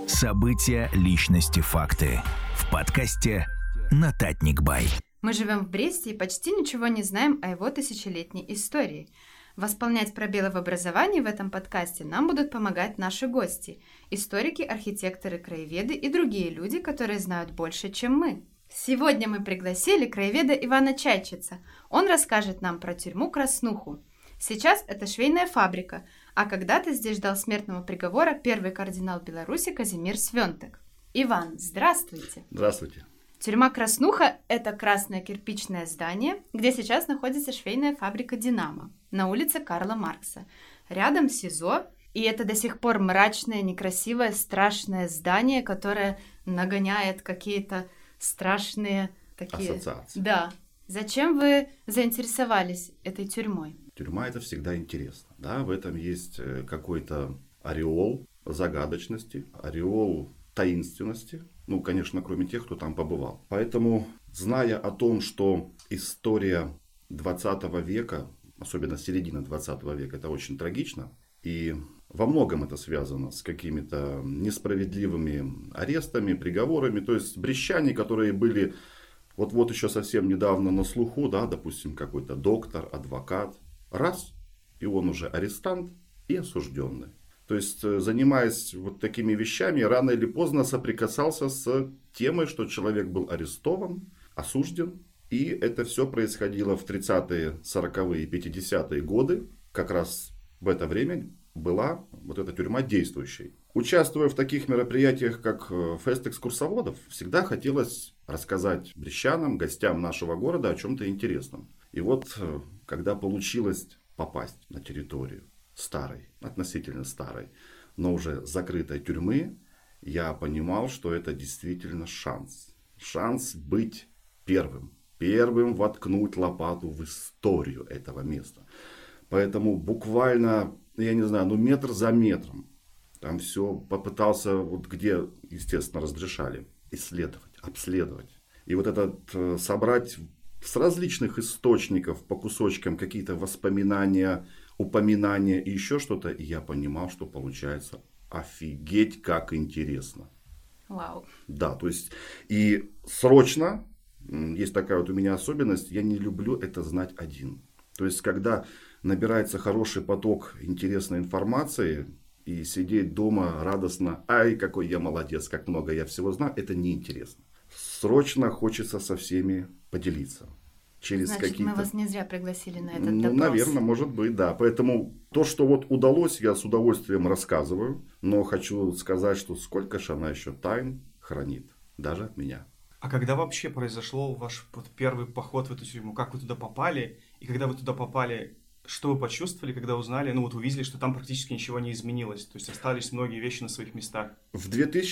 События, личности, факты. В подкасте «Нотатник Бай». Мы живем в Бресте и почти ничего не знаем о его тысячелетней истории. Восполнять пробелы в образовании в этом подкасте нам будут помогать наши гости – историки, архитекторы, краеведы и другие люди, которые знают больше, чем мы. Сегодня мы пригласили краеведа Ивана Чайчица. Он расскажет нам про тюрьму Краснуху. Сейчас это швейная фабрика, а когда-то здесь ждал смертного приговора первый кардинал Беларуси Казимир Свентек. Иван, здравствуйте. Здравствуйте. Тюрьма Краснуха – это красное кирпичное здание, где сейчас находится швейная фабрика «Динамо» на улице Карла Маркса. Рядом СИЗО, и это до сих пор мрачное, некрасивое, страшное здание, которое нагоняет какие-то страшные такие... ассоциации. Да. Зачем вы заинтересовались этой тюрьмой? Тюрьма – это всегда интересно. Да? В этом есть какой-то ореол загадочности, ореол таинственности. Ну, конечно, кроме тех, кто там побывал. Поэтому, зная о том, что история 20 века, особенно середина 20 века, это очень трагично, и во многом это связано с какими-то несправедливыми арестами, приговорами, то есть брестчане, которые были вот еще совсем недавно на слуху, да, допустим, какой-то доктор, адвокат, раз, и он уже арестант и осужденный. То есть, занимаясь вот такими вещами, рано или поздно соприкасался с темой, что человек был арестован, осужден. И это все происходило в 30-е, 40-е, 50-е годы. Как раз в это время была вот эта тюрьма действующей. Участвуя в таких мероприятиях, как фест экскурсоводов, всегда хотелось рассказать брестчанам, гостям нашего города о чем-то интересном. И вот, когда получилось попасть на территорию старой, относительно старой, но уже закрытой тюрьмы, я понимал, что это действительно шанс. Шанс быть первым. Первым воткнуть лопату в историю этого места. Поэтому буквально, я не знаю, метр за метром, там все попытался, вот где, естественно, разрешали, исследовать, обследовать. И вот этот собрать с различных источников по кусочкам какие-то воспоминания, упоминания и еще что-то, и я понимал, что получается офигеть как интересно. Вау. Да, то есть и срочно, есть такая вот у меня особенность, я не люблю это знать один. То есть когда набирается хороший поток интересной информации, и сидеть дома радостно, ай, какой я молодец, как много я всего знаю, это неинтересно. Срочно хочется со всеми поделиться. Значит, мы вас не зря пригласили на этот допрос. Наверное, может быть, да. Поэтому то, что вот удалось, я с удовольствием рассказываю. Но хочу сказать, что сколько же она еще тайн хранит. Даже от меня. А когда вообще произошел ваш первый поход в эту тюрьму? Как вы туда попали? И когда вы туда попали, что вы почувствовали, когда узнали? Увидели, что там практически ничего не изменилось. То есть остались многие вещи на своих местах. В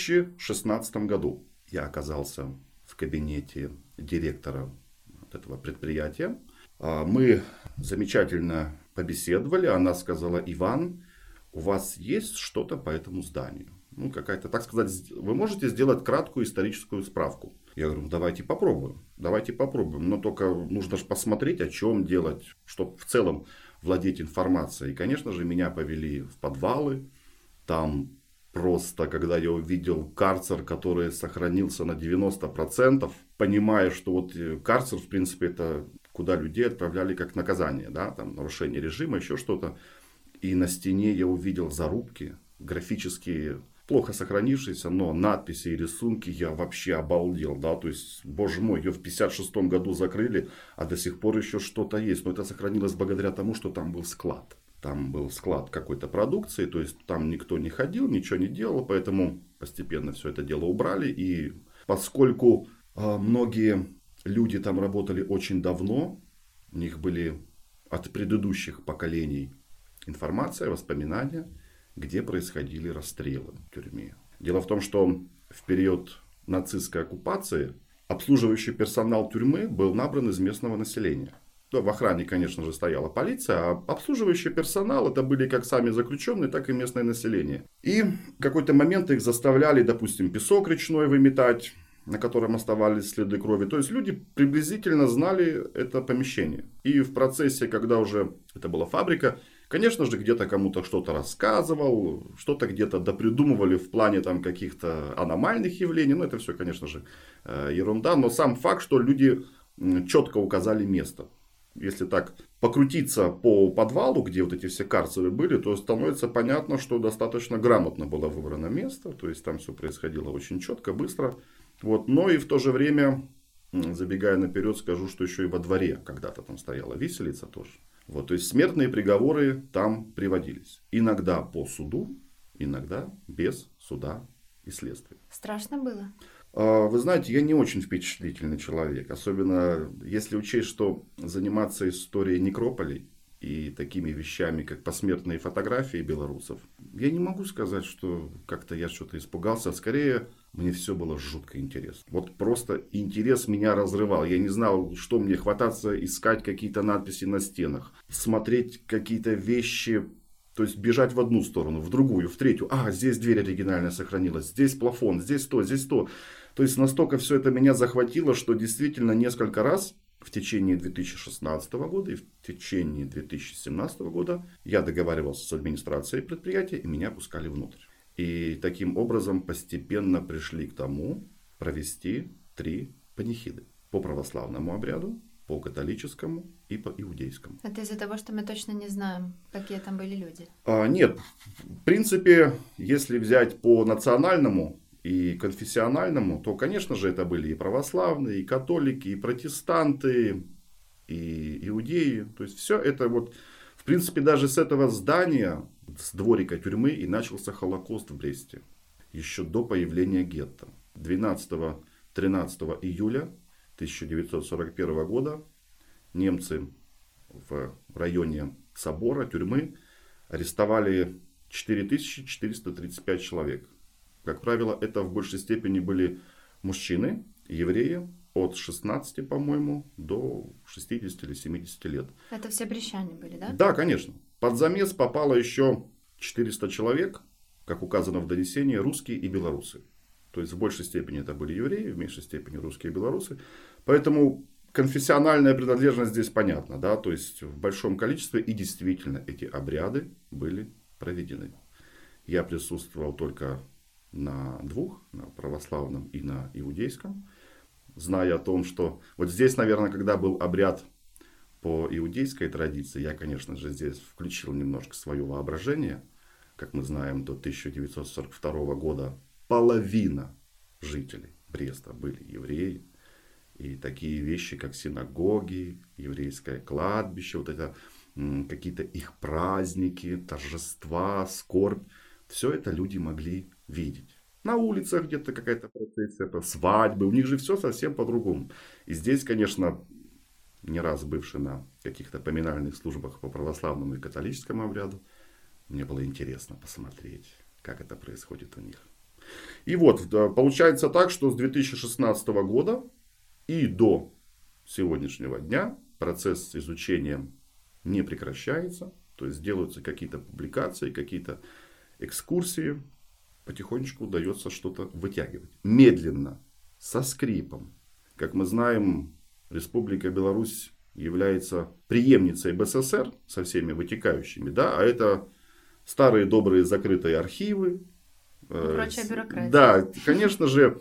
2016 году я оказался в кабинете директора этого предприятия. Мы замечательно побеседовали. Она сказала: Иван, у вас есть что-то по этому зданию? Какая-то, так сказать, вы можете сделать краткую историческую справку? Я говорю, давайте попробуем. Но только нужно же посмотреть, о чем делать, чтобы в целом владеть информацией. И, конечно же, меня повели в подвалы. Там просто, когда я увидел карцер, который сохранился на 90%, понимая, что вот карцер, в принципе, это куда людей отправляли как наказание, да, там нарушение режима, еще что-то. И на стене я увидел зарубки, графические, плохо сохранившиеся, но надписи и рисунки, я вообще обалдел, да, то есть, боже мой, ее в 56-м году закрыли, а до сих пор еще что-то есть, но это сохранилось благодаря тому, что там был склад. Там был склад какой-то продукции, то есть там никто не ходил, ничего не делал, поэтому постепенно все это дело убрали. И поскольку многие люди там работали очень давно, у них были от предыдущих поколений информация, воспоминания, где происходили расстрелы в тюрьме. Дело в том, что в период нацистской оккупации обслуживающий персонал тюрьмы был набран из местного населения. Да, в охране, конечно же, стояла полиция, а обслуживающий персонал это были как сами заключенные, так и местное население. И в какой-то момент их заставляли, допустим, песок речной выметать, на котором оставались следы крови. То есть люди приблизительно знали это помещение. И в процессе, когда уже это была фабрика, Конечно же, где-то кому-то что-то рассказывал, что-то где-то допридумывали в плане там каких-то аномальных явлений. Ну, это все, конечно же, ерунда. Но сам факт, что люди четко указали место. Если так покрутиться по подвалу, где вот эти все карцеры были, то становится понятно, что достаточно грамотно было выбрано место. То есть там все происходило очень четко, быстро. Вот. Но и в то же время, забегая наперед, скажу, что еще и во дворе когда-то там стояла виселица тоже. Вот. То есть смертные приговоры там приводились. Иногда по суду, иногда без суда и следствия. Страшно было? Вы знаете, я не очень впечатлительный человек. Особенно если учесть, что заниматься историей некрополей и такими вещами, как посмертные фотографии белорусов, я не могу сказать, что как-то я что-то испугался. Скорее, мне все было жутко интересно. Вот просто интерес меня разрывал. Я не знал, что мне хвататься, искать какие-то надписи на стенах, смотреть какие-то вещи. То есть бежать в одну сторону, в другую, в третью. Здесь дверь оригинальная сохранилась, здесь плафон, здесь то, здесь то. То есть настолько все это меня захватило, что действительно несколько раз в течение 2016 года и в течение 2017 года я договаривался с администрацией предприятия, и меня пускали внутрь. И таким образом постепенно пришли к тому провести 3 панихиды по православному обряду, по католическому и по иудейскому. Это из-за того, что мы точно не знаем, какие там были люди? Нет. В принципе, если взять по национальному и конфессиональному, то, конечно же, это были и православные, и католики, и протестанты, и иудеи. То есть все это вот, в принципе, даже с этого здания, с дворика тюрьмы, и начался Холокост в Бресте. Еще до появления гетто. 12-13 июля 1941 года немцы в районе собора, тюрьмы, арестовали 4435 человек. Как правило, это в большей степени были мужчины, евреи, от 16, по-моему, до 60 или 70 лет. Это все брещане были, да? Да, конечно. Под замес попало еще 400 человек, как указано в донесении, русские и белорусы. То есть в большей степени это были евреи, в меньшей степени русские и белорусы. Поэтому конфессиональная принадлежность здесь понятна. Да? То есть в большом количестве и действительно эти обряды были проведены. Я присутствовал только на 2, на православном и на иудейском. Зная о том, что вот здесь, наверное, когда был обряд по иудейской традиции, я, конечно же, здесь включил немножко свое воображение. Как мы знаем, до 1942 года половина жителей Бреста были евреи. И такие вещи, как синагоги, еврейское кладбище, вот это какие-то их праздники, торжества, скорбь. Все это люди могли видеть. На улицах где-то какая-то процессия, свадьбы. У них же все совсем по-другому. И здесь, конечно, не раз бывший на каких-то поминальных службах по православному и католическому обряду, мне было интересно посмотреть, как это происходит у них. И вот, получается так, что с 2016 года и до сегодняшнего дня процесс изучения не прекращается. То есть делаются какие-то публикации, какие-то экскурсии. Потихонечку удается что-то вытягивать. Медленно, со скрипом. Как мы знаем, Республика Беларусь является преемницей БССР со всеми вытекающими. Да? А это старые добрые закрытые архивы. И прочая бюрократия. Да, конечно же,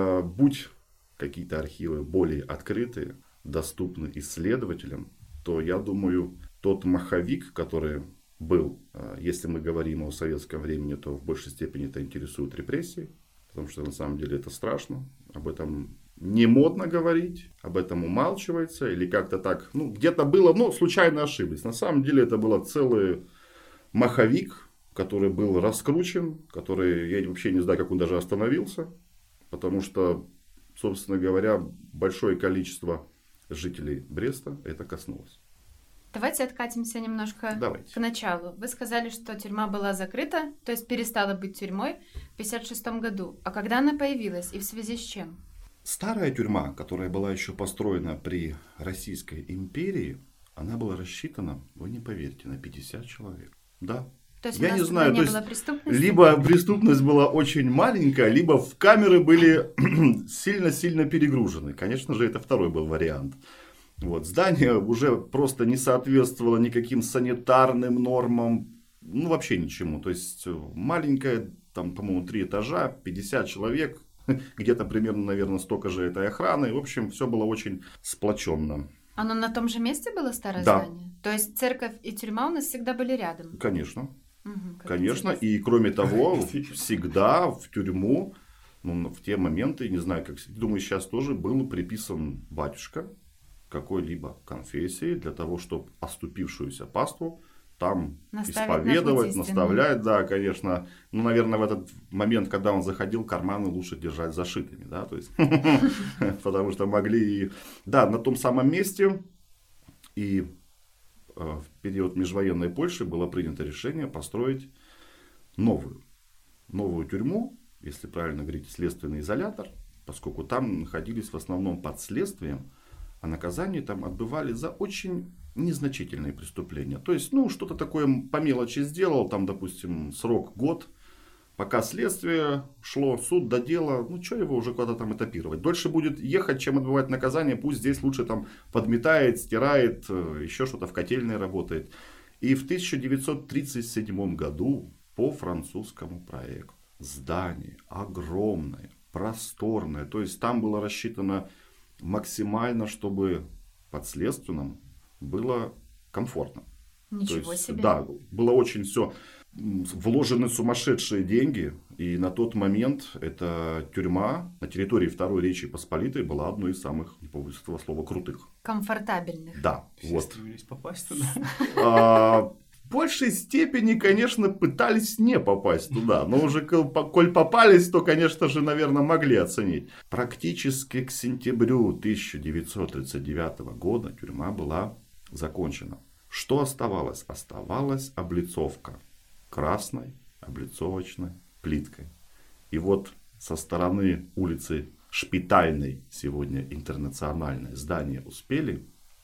будь какие-то архивы более открытые, доступны исследователям, то, я думаю, тот маховик, который был, если мы говорим о советском времени, то в большей степени это интересует репрессии, потому что на самом деле это страшно, об этом не модно говорить, об этом умалчивается, или как-то так, где-то было, но случайно ошиблись. На самом деле это был целый маховик, который был раскручен, который, я вообще не знаю, как он даже остановился, потому что, собственно говоря, большое количество жителей Бреста это коснулось. Давайте откатимся немножко к началу. Вы сказали, что тюрьма была закрыта, то есть перестала быть тюрьмой в 1956 году. А когда она появилась и в связи с чем? Старая тюрьма, которая была еще построена при Российской империи, она была рассчитана, вы не поверите, на 50 человек. Да. То есть у нас не не было преступности? Либо преступность была очень маленькая, либо в камеры были сильно-сильно перегружены. Конечно же, это второй был вариант. Вот. Здание уже просто не соответствовало никаким санитарным нормам, ну вообще ничему. То есть маленькое, там, по-моему, 3 этажа, 50 человек, где-то примерно, наверное, столько же этой охраны. В общем, все было очень сплоченно. Оно на том же месте было, старое Да. здание? То есть церковь и тюрьма у нас всегда были рядом? Конечно. Мгм, как Конечно. интересно. И кроме того, всегда в тюрьму, ну, в те моменты, не знаю, как, думаю, сейчас тоже был приписан батюшка какой-либо конфессии для того, чтобы оступившуюся паству там Наставить на исповедовать, путь истинный. наставлять, да, конечно. Ну, наверное, в этот момент, когда он заходил, карманы лучше держать зашитыми, да, то есть, потому что могли и, да, на том самом месте и в период межвоенной Польши было принято решение построить новую тюрьму, если правильно говорить, следственный изолятор, поскольку там находились в основном под следствием, а наказание там отбывали за очень незначительные преступления. То есть, ну, что-то такое по мелочи сделал, там, допустим, срок год, пока следствие шло, суд до дела, ну, что его уже куда-то там этапировать. Дольше будет ехать, чем отбывать наказание, пусть здесь лучше там подметает, стирает, еще что-то в котельной работает. И в 1937 году по французскому проекту здание огромное, просторное, то есть там было рассчитано максимально, чтобы подследственным было комфортно. Ничего То есть, себе. да, было очень все вложены сумасшедшие деньги. И на тот момент эта тюрьма на территории Второй Речи Посполитой была одной из самых, не побоюсь этого слова, крутых. Комфортабельных. Да, Все вот. стремились попасть туда. В большей степени, конечно, пытались не попасть туда. Но уже коль попались, то, конечно же, наверное, могли оценить. Практически к сентябрю 1939 года тюрьма была закончена. Что оставалось? Оставалась облицовка красной облицовочной плиткой. И вот со стороны улицы Шпитальной, сегодня Интернациональное, здание успели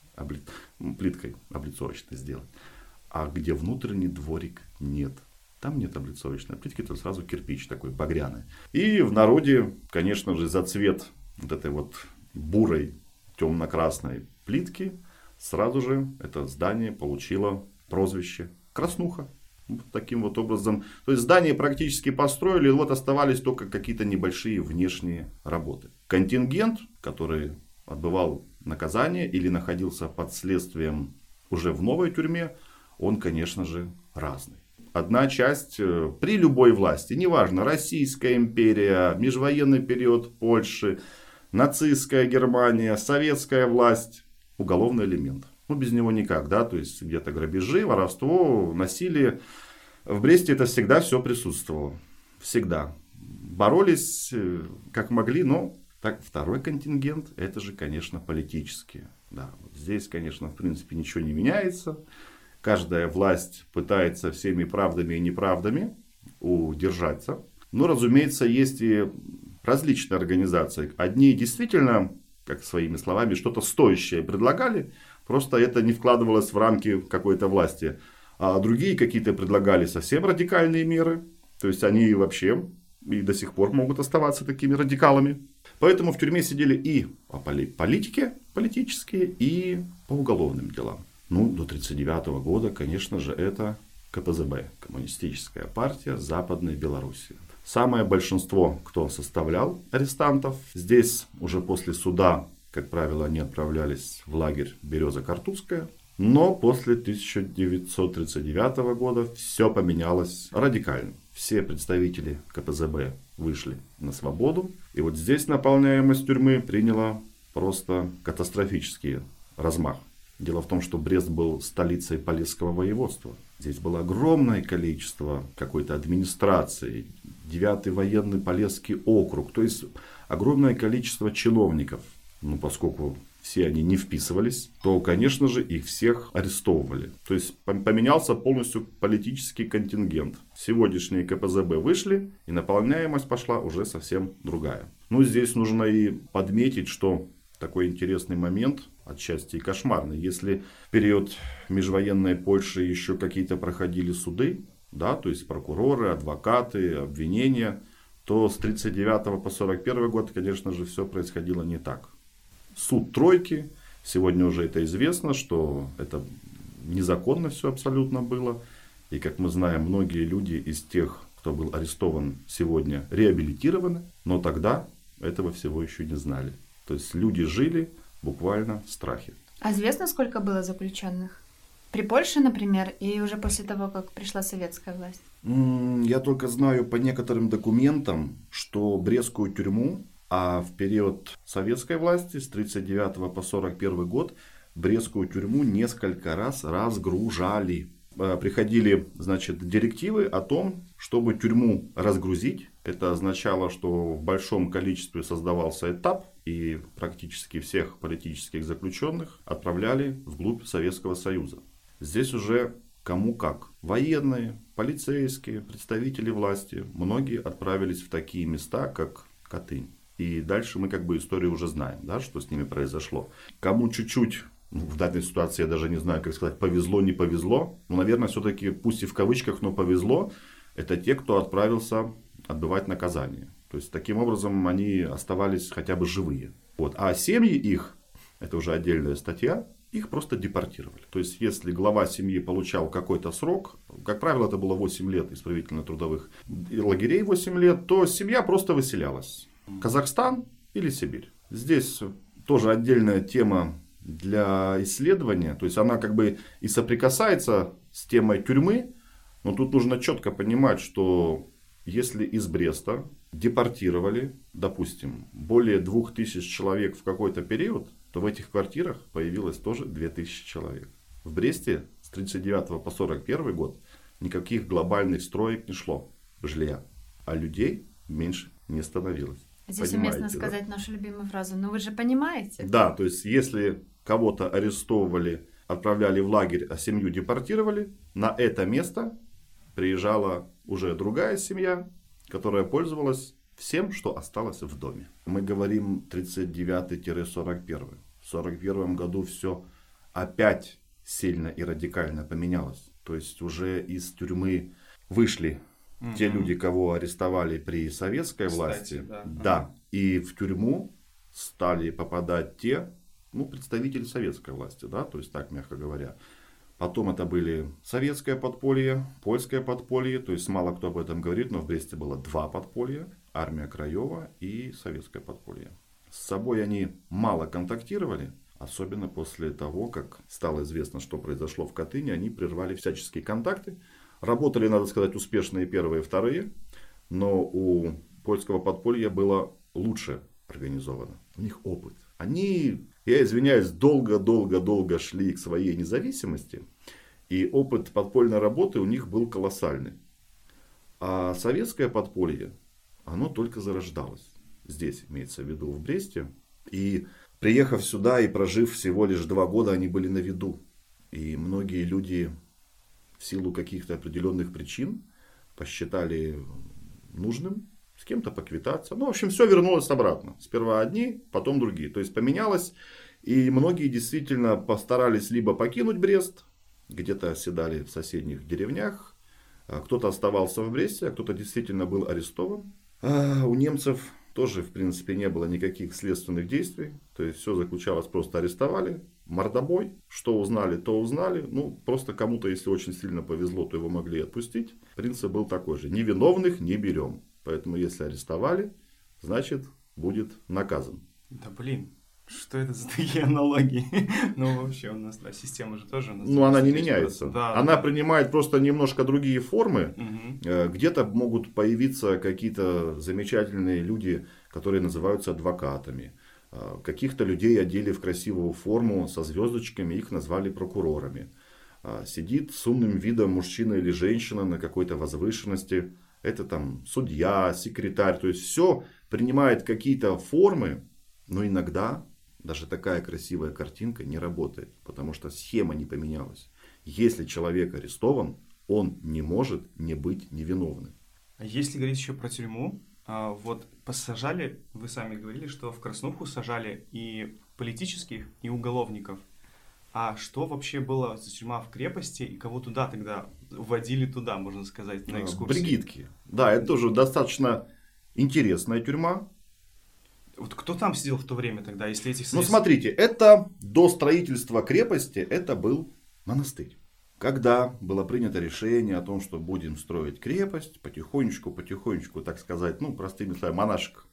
плиткой облицовочной сделать. А где внутренний дворик нет. Там нет облицовочной плитки, то сразу кирпич такой багряный. И в народе, конечно же, за цвет вот этой вот бурой темно-красной плитки сразу же это здание получило прозвище Краснуха. Вот таким вот образом. То есть здание практически построили, вот оставались только какие-то небольшие внешние работы. Контингент, который отбывал наказание или находился под следствием уже в новой тюрьме, он, конечно же, разный. Одна часть при любой власти, неважно, Российская империя, межвоенный период Польши, нацистская Германия, советская власть, уголовный элемент. Ну, без него никак, да, то есть где-то грабежи, воровство, насилие. В Бресте это всегда все присутствовало. Всегда. Боролись как могли, но так, второй контингент, это же, конечно, политические. Да, вот здесь, конечно, в принципе ничего не меняется. Каждая власть пытается всеми правдами и неправдами удержаться. Но, разумеется, есть и различные организации. Одни действительно, как своими словами, что-то стоящее предлагали, просто это не вкладывалось в рамки какой-то власти. А другие какие-то предлагали совсем радикальные меры. То есть они вообще и до сих пор могут оставаться такими радикалами. Поэтому в тюрьме сидели и по политике политические, и по уголовным делам. Ну, до 1939 года, конечно же, это КПЗБ, Коммунистическая партия Западной Белоруссии. Самое большинство, кто составлял арестантов, здесь уже после суда, как правило, они отправлялись в лагерь Береза-Картузская. Но после 1939 года все поменялось радикально. Все представители КПЗБ вышли на свободу. И вот здесь наполняемость тюрьмы приняла просто катастрофический размах. Дело в том, что Брест был столицей Полесского воеводства. Здесь было огромное количество какой-то администрации, 9-й военный Полесский округ, то есть огромное количество чиновников. Ну, поскольку все они не вписывались, то, конечно же, их всех арестовывали. То есть поменялся полностью политический контингент. Сегодняшние КПЗБ вышли, и наполняемость пошла уже совсем другая. Ну, здесь нужно и подметить, что такой интересный момент, отчасти и кошмарный. Если в период межвоенной Польши еще какие-то проходили суды, да, то есть прокуроры, адвокаты, обвинения, то с 1939 по 1941 год, конечно же, все происходило не так. Суд тройки, Сегодня уже это известно, что это незаконно все абсолютно было. И, как мы знаем, многие люди из тех, кто был арестован сегодня, реабилитированы. Но тогда этого всего еще не знали. То есть люди жили буквально в страхе. А известно, сколько было заключенных? При Польше, например, и уже после того, как пришла советская власть? Я только знаю по некоторым документам, что Брестскую тюрьму, а в период советской власти с 1939 по 1941 год Брестскую тюрьму несколько раз разгружали. Приходили, значит, директивы о том, чтобы тюрьму разгрузить. Это означало, что в большом количестве создавался этап, и практически всех политических заключенных отправляли вглубь Советского Союза. Здесь уже кому как. Военные, полицейские, представители власти, многие отправились в такие места, как Катынь. И дальше мы как бы историю уже знаем, да, что с ними произошло. Кому чуть-чуть, в данной ситуации я даже не знаю, как сказать, повезло, не повезло. Но, наверное, все-таки, пусть и в кавычках, но повезло, это те, кто отправился отбывать наказание. То есть, таким образом, они оставались хотя бы живые. Вот. А семьи их, это уже отдельная статья, их просто депортировали. То есть, если глава семьи получал какой-то срок, как правило, это было 8 лет исправительно-трудовых лагерей, 8 лет, то семья просто выселялась. Казахстан или Сибирь. Здесь тоже отдельная тема для исследования. То есть, она как бы и соприкасается с темой тюрьмы, но тут нужно четко понимать, что если из Бреста депортировали, допустим, более 2000 человек в какой-то период, то в этих квартирах появилось тоже 2000 человек. В Бресте с 1939 по 1941 год никаких глобальных строек не шло, жилья, а людей меньше не становилось. Здесь Понимаете, уместно сказать нашу любимую фразу: ну вы же понимаете. Да, то есть если кого-то арестовывали, отправляли в лагерь, а семью депортировали, на это место приезжала уже другая семья, которая пользовалась всем, что осталось в доме. Мы говорим 39-41. В 1941 году все опять сильно и радикально поменялось. То есть уже из тюрьмы вышли те люди, кого арестовали при советской власти. Да. И в тюрьму стали попадать те, представители советской власти, да, то есть так, мягко говоря. Потом это были советское подполье, польское подполье, то есть мало кто об этом говорит, но в Бресте было 2 подполья, армия Краева и советское подполье. С собой они мало контактировали, особенно после того, как стало известно, что произошло в Катыни, они прервали всяческие контакты. Работали, надо сказать, успешные первые и вторые, но у польского подполья было лучше организовано. У них опыт. Они, я извиняюсь, долго шли к своей независимости, и опыт подпольной работы у них был колоссальный. А советское подполье, оно только зарождалось. Здесь имеется в виду в Бресте. И приехав сюда и прожив всего лишь 2 года, они были на виду. И многие люди в силу каких-то определенных причин посчитали нужным с кем-то поквитаться. В общем, все вернулось обратно. Сперва одни, потом другие. То есть поменялось. И многие действительно постарались либо покинуть Брест, где-то оседали в соседних деревнях. Кто-то оставался в Бресте, а кто-то действительно был арестован. А у немцев тоже, в принципе, не было никаких следственных действий. То есть все заключалось, просто арестовали. Мордобой. Что узнали, то узнали. Просто кому-то, если очень сильно повезло, то его могли отпустить. Принцип был такой же. Невиновных не берем. Поэтому, если арестовали, значит, будет наказан. Да блин, что это за такие аналогии? Вообще у нас, система же тоже... Она не меняется. Да, она принимает просто немножко другие формы. Где-то могут появиться какие-то замечательные люди, которые называются адвокатами. Каких-то людей одели в красивую форму со звездочками, их назвали прокурорами. Сидит с умным видом мужчина или женщина на какой-то возвышенности. Это там судья, секретарь. То есть все принимает какие-то формы, но иногда даже такая красивая картинка не работает, потому что схема не поменялась. Если человек арестован, он не может не быть невиновным. А если говорить еще про тюрьму, посажали, вы сами говорили, что в Краснуху сажали и политических, и уголовников. А что вообще было за тюрьма в крепости, и кого туда тогда вводили туда, можно сказать, на экскурсии? Бригитки. Да, это тоже достаточно интересная тюрьма. Вот кто там сидел в то время тогда, если этих Ну, смотрите, это до строительства крепости, это был монастырь. Когда было принято решение о том, что будем строить крепость, потихонечку, так сказать, ну, простыми словами, монашек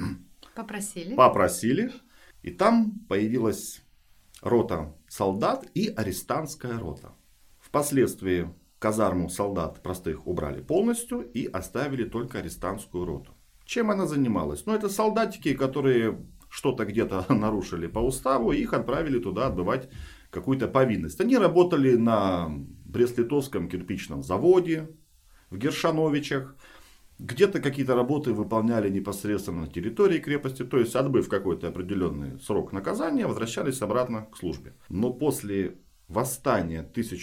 попросили. И там появилась рота солдат и арестантская рота. Впоследствии казарму солдат простых убрали полностью и оставили только арестантскую роту. Чем она занималась? Ну, это солдатики, которые что-то где-то нарушили по уставу, их отправили туда отбывать какую-то повинность. Они работали на Брест-Литовском кирпичном заводе, в Гершановичах. Где-то какие-то работы выполняли непосредственно на территории крепости. То есть, отбыв какой-то определенный срок наказания, возвращались обратно к службе. Но после восстания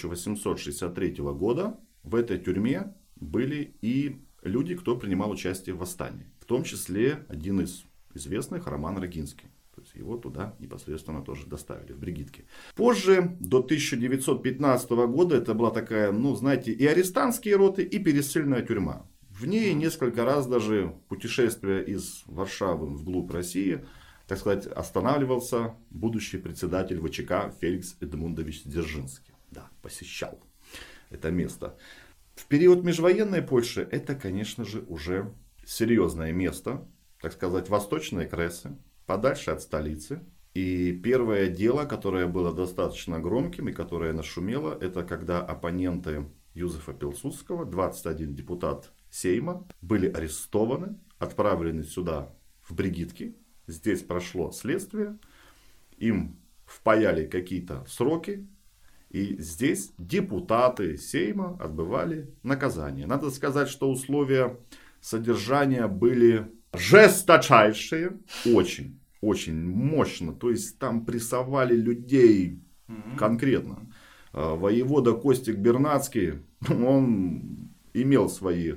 1863 года в этой тюрьме были и люди, кто принимал участие в восстании. В том числе один из известных, Роман Рогинский. То есть его туда непосредственно тоже доставили, в Бригитки. Позже, до 1915 года, это была такая, ну, знаете, и арестантские роты, и пересыльная тюрьма. В ней несколько раз даже путешествие из Варшавы вглубь России, так сказать, останавливался будущий председатель ВЧК Феликс Эдмундович Дзержинский. Да, посещал это место. В период межвоенной Польши это, конечно же, уже серьезное место, так сказать, восточные Кресы, подальше от столицы. И первое дело, которое было достаточно громким и которое нашумело, это когда оппоненты Юзефа Пилсудского, 21 депутат Сейма, были арестованы, отправлены сюда, в Бригитки. Здесь прошло следствие, им впаяли какие-то сроки, и здесь депутаты Сейма отбывали наказание. Надо сказать, что условия содержания были жесточайшие, очень мощно. То есть там прессовали людей конкретно. Воевода Костик Бернацкий, он имел свои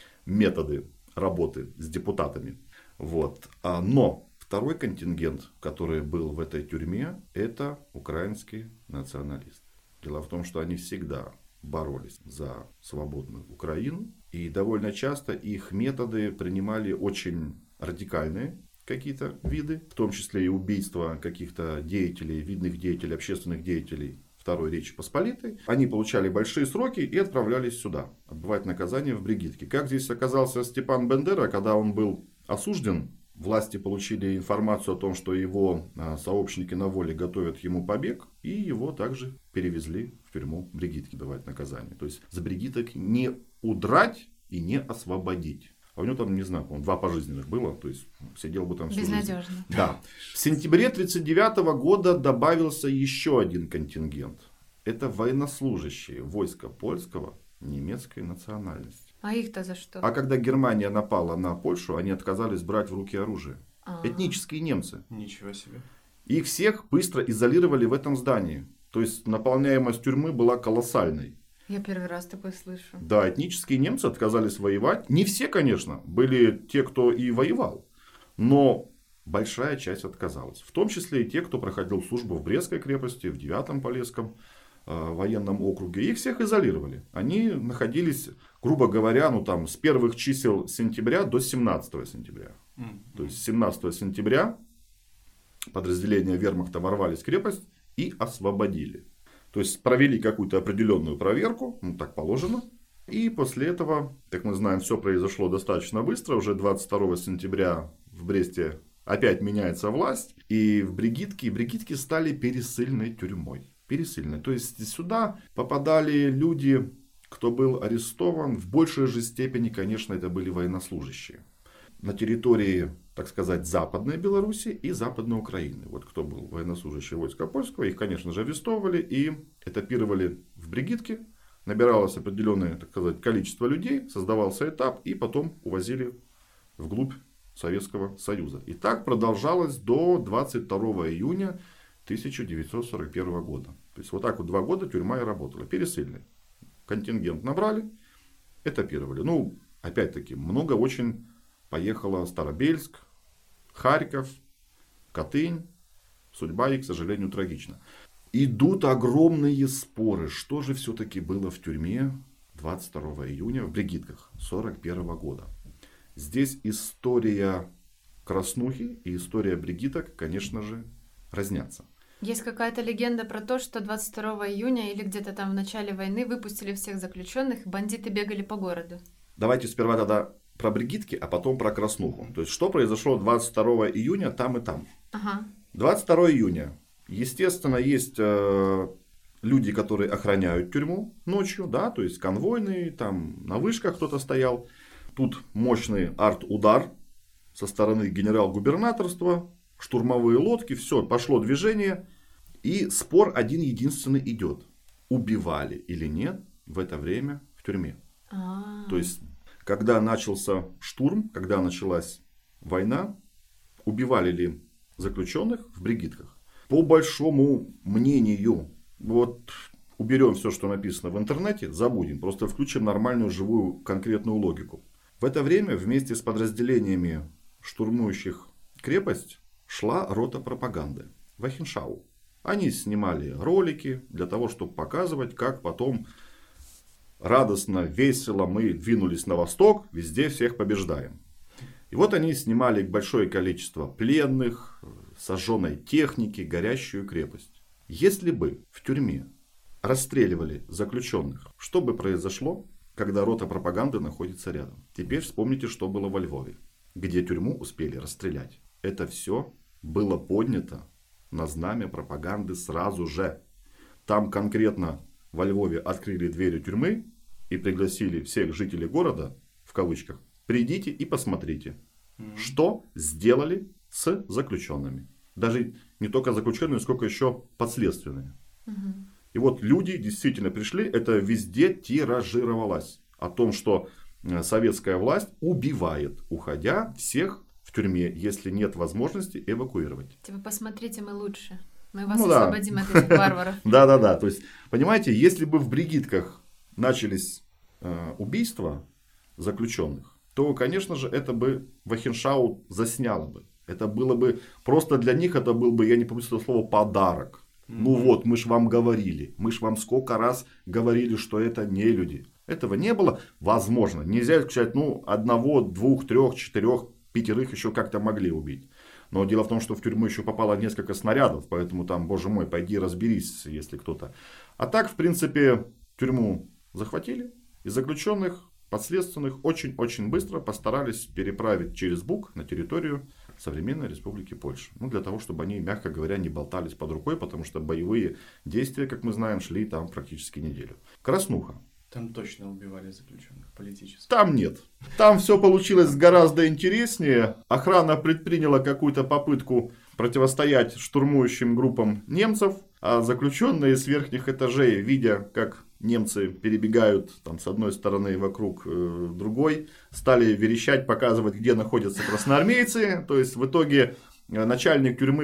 методы работы с депутатами. Вот. Но второй контингент, который был в этой тюрьме, это украинские националисты. Дело в том, что они всегда боролись за свободную Украину. И довольно часто их методы принимали очень радикальные какие-то виды. В том числе и убийство каких-то деятелей, видных деятелей, общественных деятелей Второй Речи Посполитой. Они получали большие сроки и отправлялись сюда. Отбывать наказание в Бригитки. Как здесь оказался Степан Бендера, когда он был осужден. Власти получили информацию о том, что его сообщники на воле готовят ему побег. И его также перевезли в тюрьму Бригитки давать наказание. То есть за Бригиток не удрать и не освободить. А у него там, не знаю, по-моему, 2 пожизненных было. То есть сидел бы там всю жизнь. Безнадежно. Да. В сентябре 1939 года добавился еще один контингент. Это военнослужащие войска польского немецкой национальности. А их-то за что? А когда Германия напала на Польшу, они отказались брать в руки оружие. Этнические немцы. Ничего себе. Их всех быстро изолировали в этом здании. То есть наполняемость тюрьмы была колоссальной. Я первый раз такое слышу. Да, этнические немцы отказались воевать. Не все, конечно, были те, кто и воевал. Но большая часть отказалась. В том числе и те, кто проходил службу в Брестской крепости, в 9-м Полесском военном округе. Их всех изолировали. Они находились, грубо говоря, ну, там, с первых чисел сентября до 17 сентября. То есть 17 сентября подразделения вермахта ворвались в крепость и освободили. То есть провели какую-то определенную проверку, ну так положено. И после этого, как мы знаем, все произошло достаточно быстро. Уже 22 сентября в Бресте опять меняется власть. И в Бригитки стали пересыльной тюрьмой. Пересыльной. То есть сюда попадали люди, кто был арестован. В большей же степени, конечно, это были военнослужащие. На территории, так сказать, Западной Беларуси и Западной Украины. Вот кто был военнослужащий войска польского, их, конечно же, арестовывали и этапировали в Бригитки. Набиралось определенное, так сказать, количество людей, создавался этап и потом увозили вглубь Советского Союза. И так продолжалось до 22 июня 1941 года. То есть вот так вот 2 года тюрьма и работала. Пересыльный. Контингент набрали, этапировали. Ну, опять-таки, много очень поехало Старобельск, Харьков, Катынь. Судьба их, к сожалению, трагична. Идут огромные споры, что же все-таки было в тюрьме 22 июня в Бригитках 1941 года. Здесь история Краснухи и история бригиток, конечно же, разнятся. Есть какая-то легенда про то, что 22 июня или где-то там в начале войны выпустили всех заключенных, и бандиты бегали по городу. Давайте сперва тогда про бригитки, а потом про Краснуху. То есть, что произошло 22 июня там и там. Ага. 22 июня. Естественно, есть люди, которые охраняют тюрьму ночью, да, то есть конвойные, там на вышках кто-то стоял. Тут мощный арт-удар со стороны генерал-губернаторства, штурмовые лодки, все, пошло движение. И спор один единственный идет. Убивали или нет в это время в тюрьме. То есть, когда начался штурм, когда началась война, убивали ли заключенных в бригитках? По большому мнению, вот уберем все, что написано в интернете, забудем, просто включим нормальную, живую, конкретную логику. В это время вместе с подразделениями штурмующих крепость шла рота пропаганды Вахеншау. Они снимали ролики для того, чтобы показывать, как потом радостно, весело мы двинулись на восток, везде всех побеждаем. И вот они снимали большое количество пленных, сожженной техники, горящую крепость. Если бы в тюрьме расстреливали заключенных, что бы произошло, когда рота пропаганды находится рядом? Теперь вспомните, что было во Львове, где тюрьму успели расстрелять. Это все было поднято на знамя пропаганды сразу же. Там конкретно во Львове открыли двери тюрьмы и пригласили всех жителей города, в кавычках, придите и посмотрите, что сделали с заключенными. Даже не только заключенные, сколько еще подследственные. И вот люди действительно пришли, это везде тиражировалось о том, что советская власть убивает, уходя, всех в тюрьме, если нет возможности эвакуировать. Типа, посмотрите, мы лучше. Мы вас освободим от этих варваров. Да. То есть, понимаете, если бы в бригитках начались убийства заключенных, то, конечно же, это бы Вахеншау засняло бы. Это было бы, просто для них это был бы, я не помню это слово, подарок. Ну вот, мы ж вам говорили, мы ж вам сколько раз говорили, что это не люди. Этого не было, возможно. Нельзя исключать, одного, двух, трех, четырех, пятерых еще как-то могли убить. Но дело в том, что в тюрьму еще попало несколько снарядов, поэтому там, боже мой, пойди разберись, если кто-то. А так, в принципе, тюрьму захватили, и заключенных, подследственных очень-очень быстро постарались переправить через Буг на территорию современной Республики Польша. Для того, чтобы они, мягко говоря, не болтались под рукой, потому что боевые действия, как мы знаем, шли там практически неделю. Краснуха. Там точно убивали заключенных политически. Там нет. Там все получилось гораздо интереснее. Охрана предприняла какую-то попытку противостоять штурмующим группам немцев, а заключенные с верхних этажей, видя, как немцы перебегают там, с одной стороны вокруг другой, стали верещать, показывать, где находятся красноармейцы. То есть в итоге начальник тюрьмы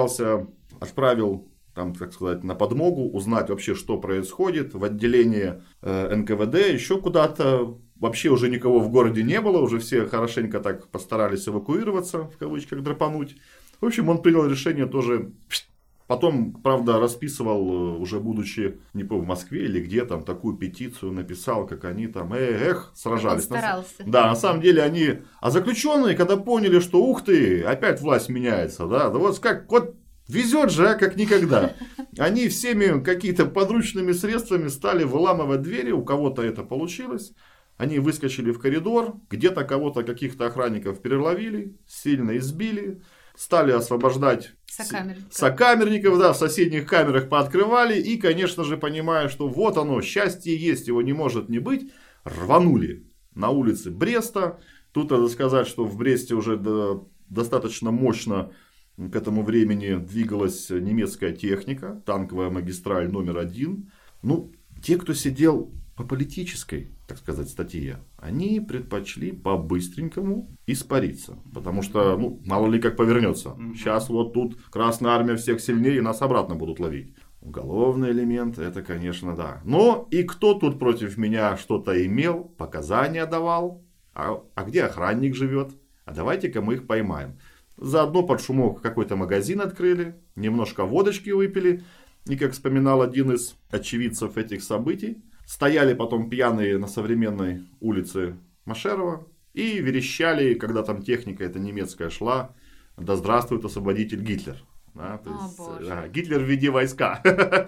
отправил там, так сказать, на подмогу, узнать вообще, что происходит в отделении НКВД, еще куда-то. Вообще уже никого в городе не было, уже все хорошенько так постарались эвакуироваться, в кавычках, драпануть. В общем, он принял решение тоже. Потом, правда, расписывал, уже будучи, не помню, в Москве или где там, такую петицию написал, как они там, сражались. Он старался. Да, на самом деле они... А заключенные, когда поняли, что, ух ты, опять власть меняется, да вот как... Вот везет же, как никогда. Они всеми какими-то подручными средствами стали выламывать двери, у кого-то это получилось. Они выскочили в коридор, где-то кого-то, каких-то охранников переловили, сильно избили, стали освобождать сокамерников, да, в соседних камерах пооткрывали и, конечно же, понимая, что вот оно, счастье есть, его не может не быть, рванули на улице Бреста. Тут надо сказать, что в Бресте уже достаточно мощно к этому времени двигалась немецкая техника, танковая магистраль номер 1. Те, кто сидел по политической, так сказать, статье, они предпочли по-быстренькому испариться. Потому что, мало ли как повернется. Сейчас вот тут Красная Армия всех сильнее, и нас обратно будут ловить. Уголовный элемент, это, конечно, да. Но и кто тут против меня что-то имел, показания давал? А где охранник живет? А давайте-ка мы их поймаем. Заодно под шумок какой-то магазин открыли, немножко водочки выпили. И, как вспоминал один из очевидцев этих событий, стояли потом пьяные на современной улице Машерова И верещали, когда там техника эта немецкая шла, да здравствует освободитель Гитлер. Да, то есть, Гитлер, веди войска.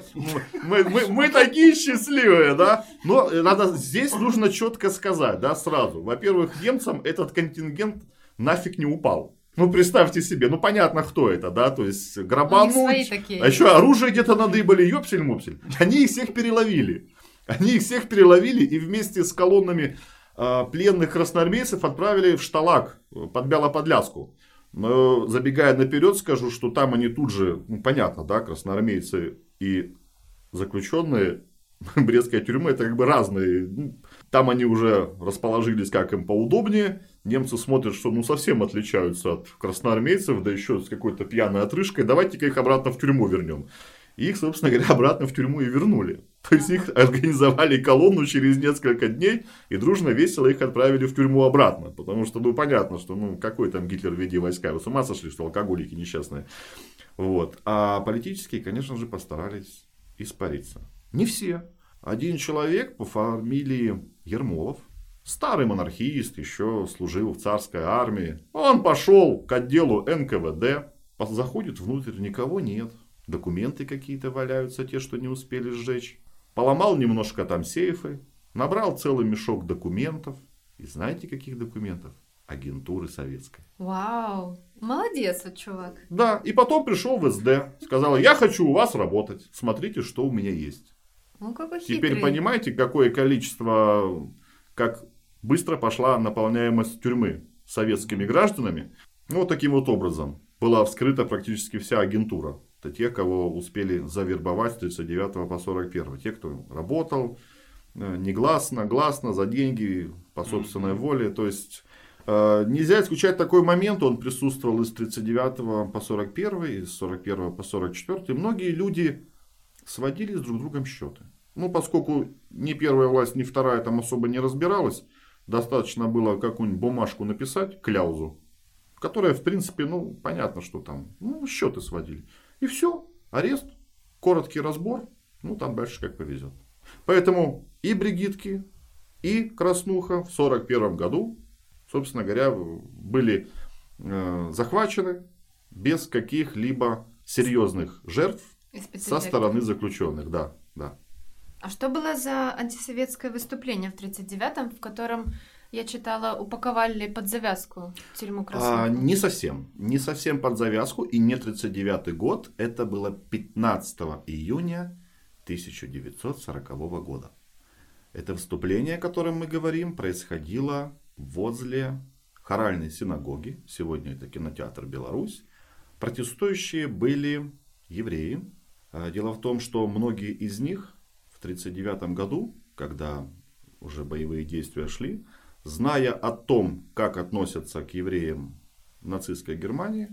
Мы такие счастливые, да. Но здесь нужно четко сказать, да, сразу. Во-первых, немцам этот контингент нафиг не упал. Ну, представьте себе, ну, понятно, кто это, да, то есть, грабануть, а еще оружие где-то надыбали, ёпсель-мопсель. Они их всех переловили. И вместе с колоннами пленных красноармейцев отправили в Шталаг под Бялоподляску. Но, забегая наперед, скажу, что там они тут же, ну, понятно, да, красноармейцы и заключенные Брестской тюрьмы, это как бы разные. Ну, там они уже расположились как им поудобнее. Немцы смотрят, что ну совсем отличаются от красноармейцев, да еще с какой-то пьяной отрыжкой. Давайте-ка их обратно в тюрьму вернем. И их, собственно говоря, обратно в тюрьму и вернули. То есть их организовали колонну через несколько дней и дружно, весело их отправили в тюрьму обратно. Потому что, ну, понятно, что, ну, какой там Гитлер, веди войска. Вы с ума сошли, что алкоголики несчастные. Вот. А политические, конечно же, постарались испариться. Не все. Один человек по фамилии Ермолов, старый монархист, еще служил в царской армии. Он пошел к отделу НКВД, заходит внутрь, никого нет. Документы какие-то валяются, те, что не успели сжечь. Поломал немножко там сейфы, набрал целый мешок документов. И знаете, каких документов? Агентуры советской. Вау, молодец вот чувак. Да, и потом пришел в СД, сказал, я хочу у вас работать, смотрите, что у меня есть. Ну, какой хитрый. Теперь понимаете, какое количество, как быстро пошла наполняемость тюрьмы советскими гражданами. Ну, вот таким вот образом была вскрыта практически вся агентура. Это те, кого успели завербовать с 39 по 41. Те, кто работал негласно, гласно, за деньги, по собственной воле. То есть, нельзя исключать такой момент. Он присутствовал из 39 по 41, из 41 по 44. Многие люди сводили с друг другом счеты. Ну, поскольку ни первая власть, ни вторая там особо не разбиралась, достаточно было какую-нибудь бумажку написать, кляузу, которая, в принципе, ну, понятно, что там, ну, счеты сводили. И все, арест, короткий разбор, ну, там дальше как повезет. Поэтому и Бригитки, и Краснуха в 41 году, собственно говоря, были захвачены без каких-либо серьезных жертв со стороны заключенных, да. А что было за антисоветское выступление в 1939-м, в котором, я читала, упаковали под завязку тюрьму Краснуху? Не совсем. Не совсем под завязку. И не 1939 год. Это было 15 июня 1940 года. Это выступление, о котором мы говорим, происходило возле хоральной синагоги. Сегодня это кинотеатр «Беларусь». Протестующие были евреи. Дело в том, что многие из них в 1939 году, когда уже боевые действия шли, зная о том, как относятся к евреям в нацистской Германии,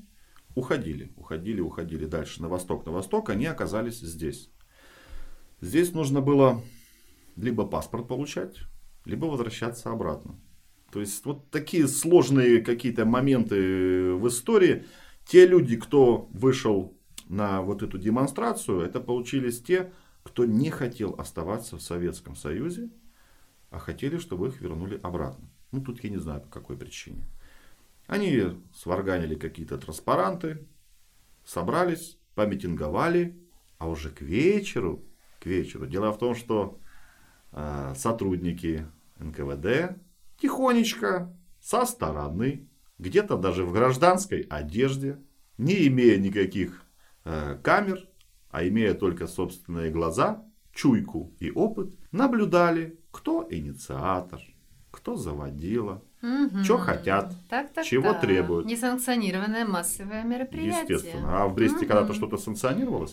уходили дальше на восток, они оказались здесь. Здесь нужно было либо паспорт получать, либо возвращаться обратно. То есть вот такие сложные какие-то моменты в истории. Те люди, кто вышел на вот эту демонстрацию, это получились те, кто не хотел оставаться в Советском Союзе, а хотели, чтобы их вернули обратно. Ну, тут я не знаю, по какой причине. Они сварганили какие-то транспаранты, собрались, помитинговали, а уже к вечеру. Дело в том, что сотрудники НКВД тихонечко, со стороны, где-то даже в гражданской одежде, не имея никаких камер, а имея только собственные глаза, чуйку и опыт, наблюдали, кто инициатор, кто заводила, что хотят, чего требуют. Несанкционированное массовое мероприятие. Естественно. А в Бресте когда-то что-то санкционировалось.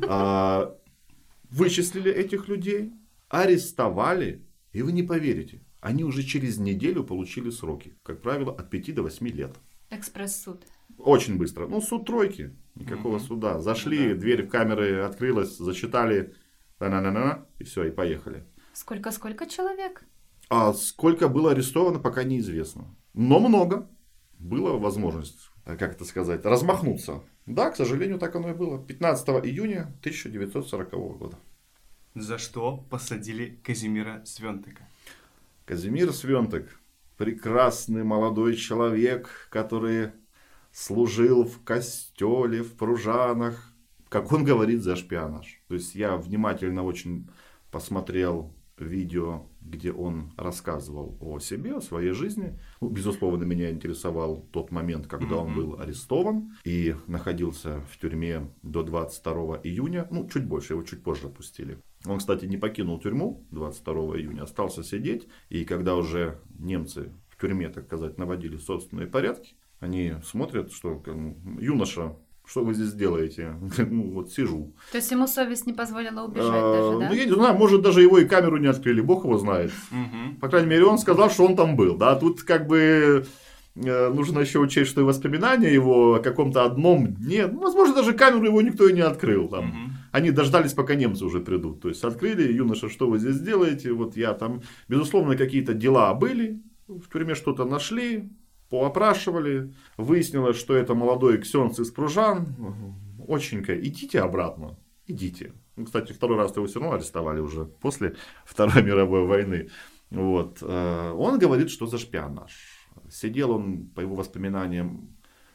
Вычислили этих людей, арестовали, и вы не поверите, они уже через неделю получили сроки. Как правило, от 5 до 8 лет. Экспресс-суд. Очень быстро. Ну, суд тройки. Никакого суда. Зашли, дверь в камеры открылась, зачитали, и все, и поехали. Сколько человек? А сколько было арестовано, пока неизвестно. Но много. Была возможность, как это сказать, размахнуться. Да, к сожалению, так оно и было. 15 июня 1940 года. За что посадили Казимира Свентека? Казимир Свентек прекрасный молодой человек, который служил в костеле, в Пружанах, как он говорит, за шпионаж. То есть я внимательно очень посмотрел видео, где он рассказывал о себе, о своей жизни. Ну, безусловно, меня интересовал тот момент, когда он был арестован и находился в тюрьме до 22 июня. Ну, чуть больше, его чуть позже отпустили. Он, кстати, не покинул тюрьму 22 июня, остался сидеть. И когда уже немцы в тюрьме, так сказать, наводили собственные порядки, они смотрят, что юноша, что вы здесь делаете? Ну, вот сижу. То есть ему совесть не позволила убежать даже, да? Ну, я не знаю, может, даже его и камеру не открыли, бог его знает. По крайней мере, он сказал, что он там был. Да? Тут как бы нужно еще учесть, что и воспоминания его о каком-то одном дне, ну, возможно, даже камеру его никто и не открыл. Там. Они дождались, пока немцы уже придут. То есть, открыли, юноша, что вы здесь делаете? Вот я там, безусловно, какие-то дела были, в тюрьме что-то нашли. Поопрашивали, выяснилось, что это молодой ксенц из Пружан. Оченька, идите обратно, идите. Ну, кстати, второй раз его все равно арестовали уже после Второй мировой войны. Вот. Он говорит, что за шпионаж. Сидел он, по его воспоминаниям,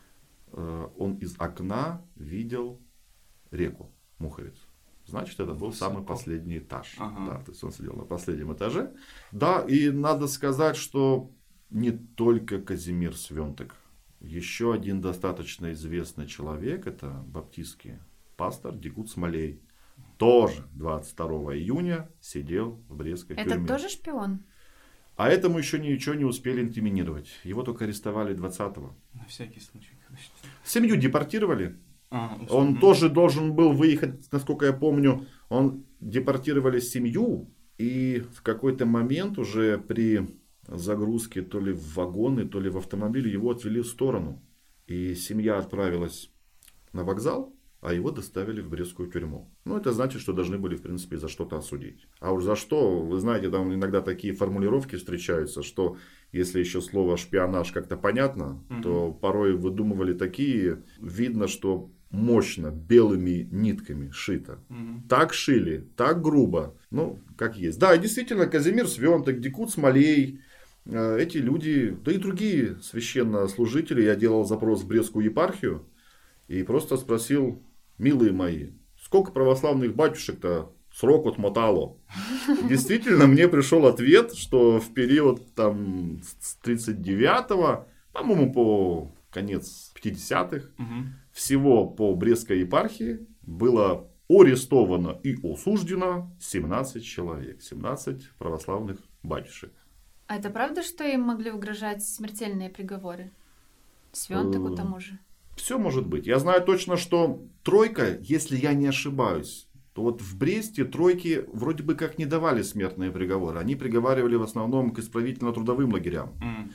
он из окна видел реку Муховец. Значит, это был самый последний этаж. Да, то есть он сидел на последнем этаже. Да, и надо сказать, что не только Казимир Свентек. Еще один достаточно известный человек, это баптистский пастор Дикут Смолей. Тоже 22 июня сидел в Брестской тюрьме. Это тоже шпион? А этому еще ничего не успели инкриминировать. Его только арестовали 20-го. На всякий случай, конечно. Семью депортировали. Он тоже должен был выехать, насколько я помню. Он депортировали семью. И в какой-то момент уже при загрузки то ли в вагоны, то ли в автомобиль его отвели в сторону. И семья отправилась на вокзал, а его доставили в Брестскую тюрьму. Ну, это значит, что должны были, в принципе, за что-то осудить. А уж за что, вы знаете, там иногда такие формулировки встречаются, что если еще слово шпионаж как-то понятно, то порой выдумывали такие, видно, что мощно, белыми нитками шито. Так шили, так грубо, ну, как есть. Да, действительно, Казимир Свентек, Дикут Смолей, эти люди, да и другие священнослужители, я делал запрос в Брестскую епархию и просто спросил, милые мои, сколько православных батюшек-то срок отмотало? Действительно, мне пришел ответ, что в период там, с 39-го, по-моему, по конец 50-х, всего по Брестской епархии было арестовано и осуждено 17 человек, 17 православных батюшек. А это правда, что им могли угрожать смертельные приговоры? Свентеку тому же? Все может быть. Я знаю точно, что тройка, если я не ошибаюсь, то вот в Бресте тройки вроде бы как не давали смертные приговоры. Они приговаривали в основном к исправительно-трудовым лагерям.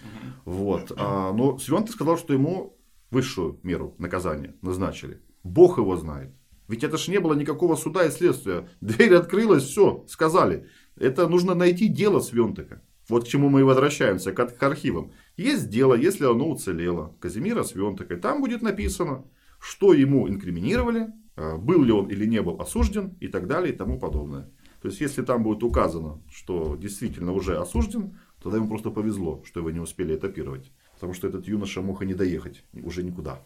Вот. Но Свентек сказал, что ему высшую меру наказания назначили. Бог его знает. Ведь это ж не было никакого суда и следствия. Дверь открылась, все, сказали. Это нужно найти дело Свентека. Вот к чему мы и возвращаемся, к архивам. Есть дело, если оно уцелело, Казимира Свентека. И там будет написано, что ему инкриминировали, был ли он или не был осужден и так далее и тому подобное. То есть, если там будет указано, что действительно уже осужден, тогда ему просто повезло, что его не успели этапировать. Потому что этот юноша мог и не доехать уже никуда.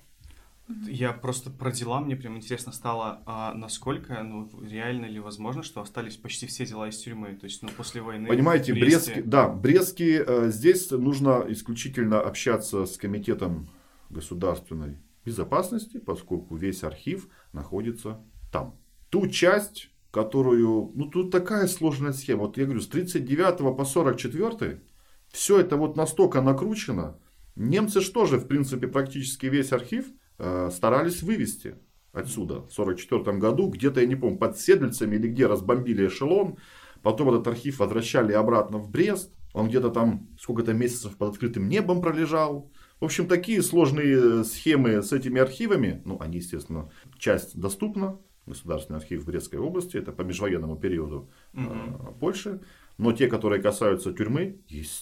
Я просто про дела, мне прям интересно стало, насколько, реально ли возможно, что остались почти все дела из тюрьмы, то есть, после войны. Понимаете, Брестский, здесь нужно исключительно общаться с комитетом государственной безопасности, поскольку весь архив находится там. Ту часть, которую, тут такая сложная схема, вот я говорю, с 39 по 44 все это вот настолько накручено, немцы же тоже, в принципе, практически весь архив старались вывести отсюда. В 1944 году, где-то, я не помню, под Седльцами или где разбомбили эшелон. Потом этот архив возвращали обратно в Брест. Он где-то там сколько-то месяцев под открытым небом пролежал. В общем, такие сложные схемы с этими архивами. Они, естественно, часть доступна. Государственный архив в Брестской области. Это по межвоенному периоду Польши. Но те, которые касаются тюрьмы,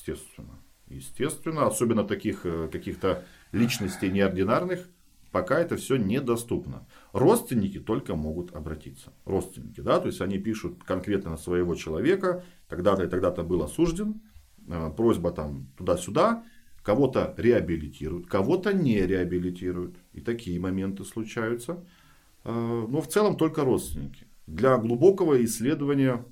естественно, особенно таких каких-то личностей неординарных, пока это все недоступно. Родственники только могут обратиться. Родственники, да, то есть они пишут конкретно на своего человека, когда-то и тогда-то был осужден, просьба там туда-сюда, кого-то реабилитируют, кого-то не реабилитируют. И такие моменты случаются. Но в целом только родственники. Для глубокого исследования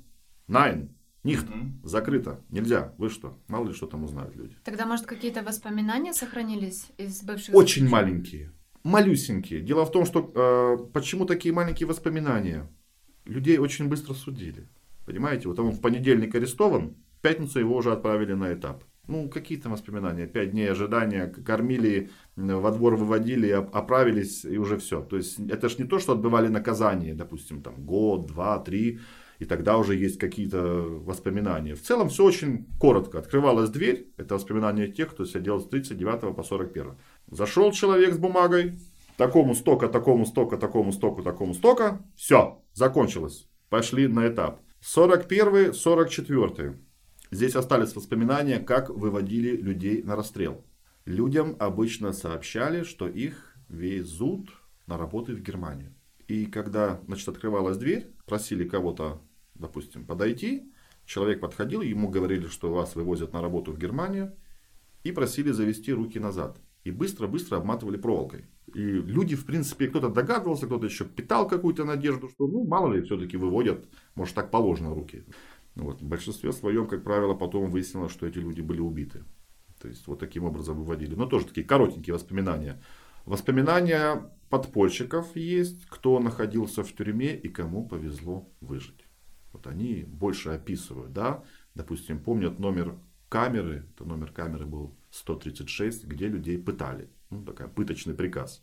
nicht, закрыто, нельзя. Вы что? Мало ли что там узнают люди. Тогда, может, какие-то воспоминания сохранились из бывших? Очень маленькие, малюсенькие. Дело в том, что почему такие маленькие воспоминания? Людей очень быстро судили. Понимаете, вот он в понедельник арестован, в пятницу его уже отправили на этап. Ну, какие там воспоминания? 5 дней ожидания, кормили, во двор выводили, оправились и уже все. То есть это ж не то, что отбывали наказание, допустим, там год, 2, 3, и тогда уже есть какие-то воспоминания. В целом все очень коротко. Открывалась дверь, это воспоминания тех, кто сидел с 39 по 41. Зашел человек с бумагой, такому столько, такому столько, такому столько, такому столько, все, закончилось. Пошли на этап. 41, 44. Здесь остались воспоминания, как выводили людей на расстрел. Людям обычно сообщали, что их везут на работу в Германию. И когда, открывалась дверь, просили кого-то, допустим, подойти, человек подходил, ему говорили, что вас вывозят на работу в Германию, и просили завести руки назад. И быстро-быстро обматывали проволокой. И люди, в принципе, кто-то догадывался, кто-то еще питал какую-то надежду, что, мало ли, все-таки выводят, может, так положено руки. Вот. В большинстве своем, как правило, потом выяснилось, что эти люди были убиты. То есть, вот таким образом выводили. Но тоже такие коротенькие воспоминания. Воспоминания подпольщиков есть, кто находился в тюрьме и кому повезло выжить. Вот они больше описывают, да. Допустим, помнят номер камеры, это номер камеры был 136, где людей пытали. Такой пыточный приказ.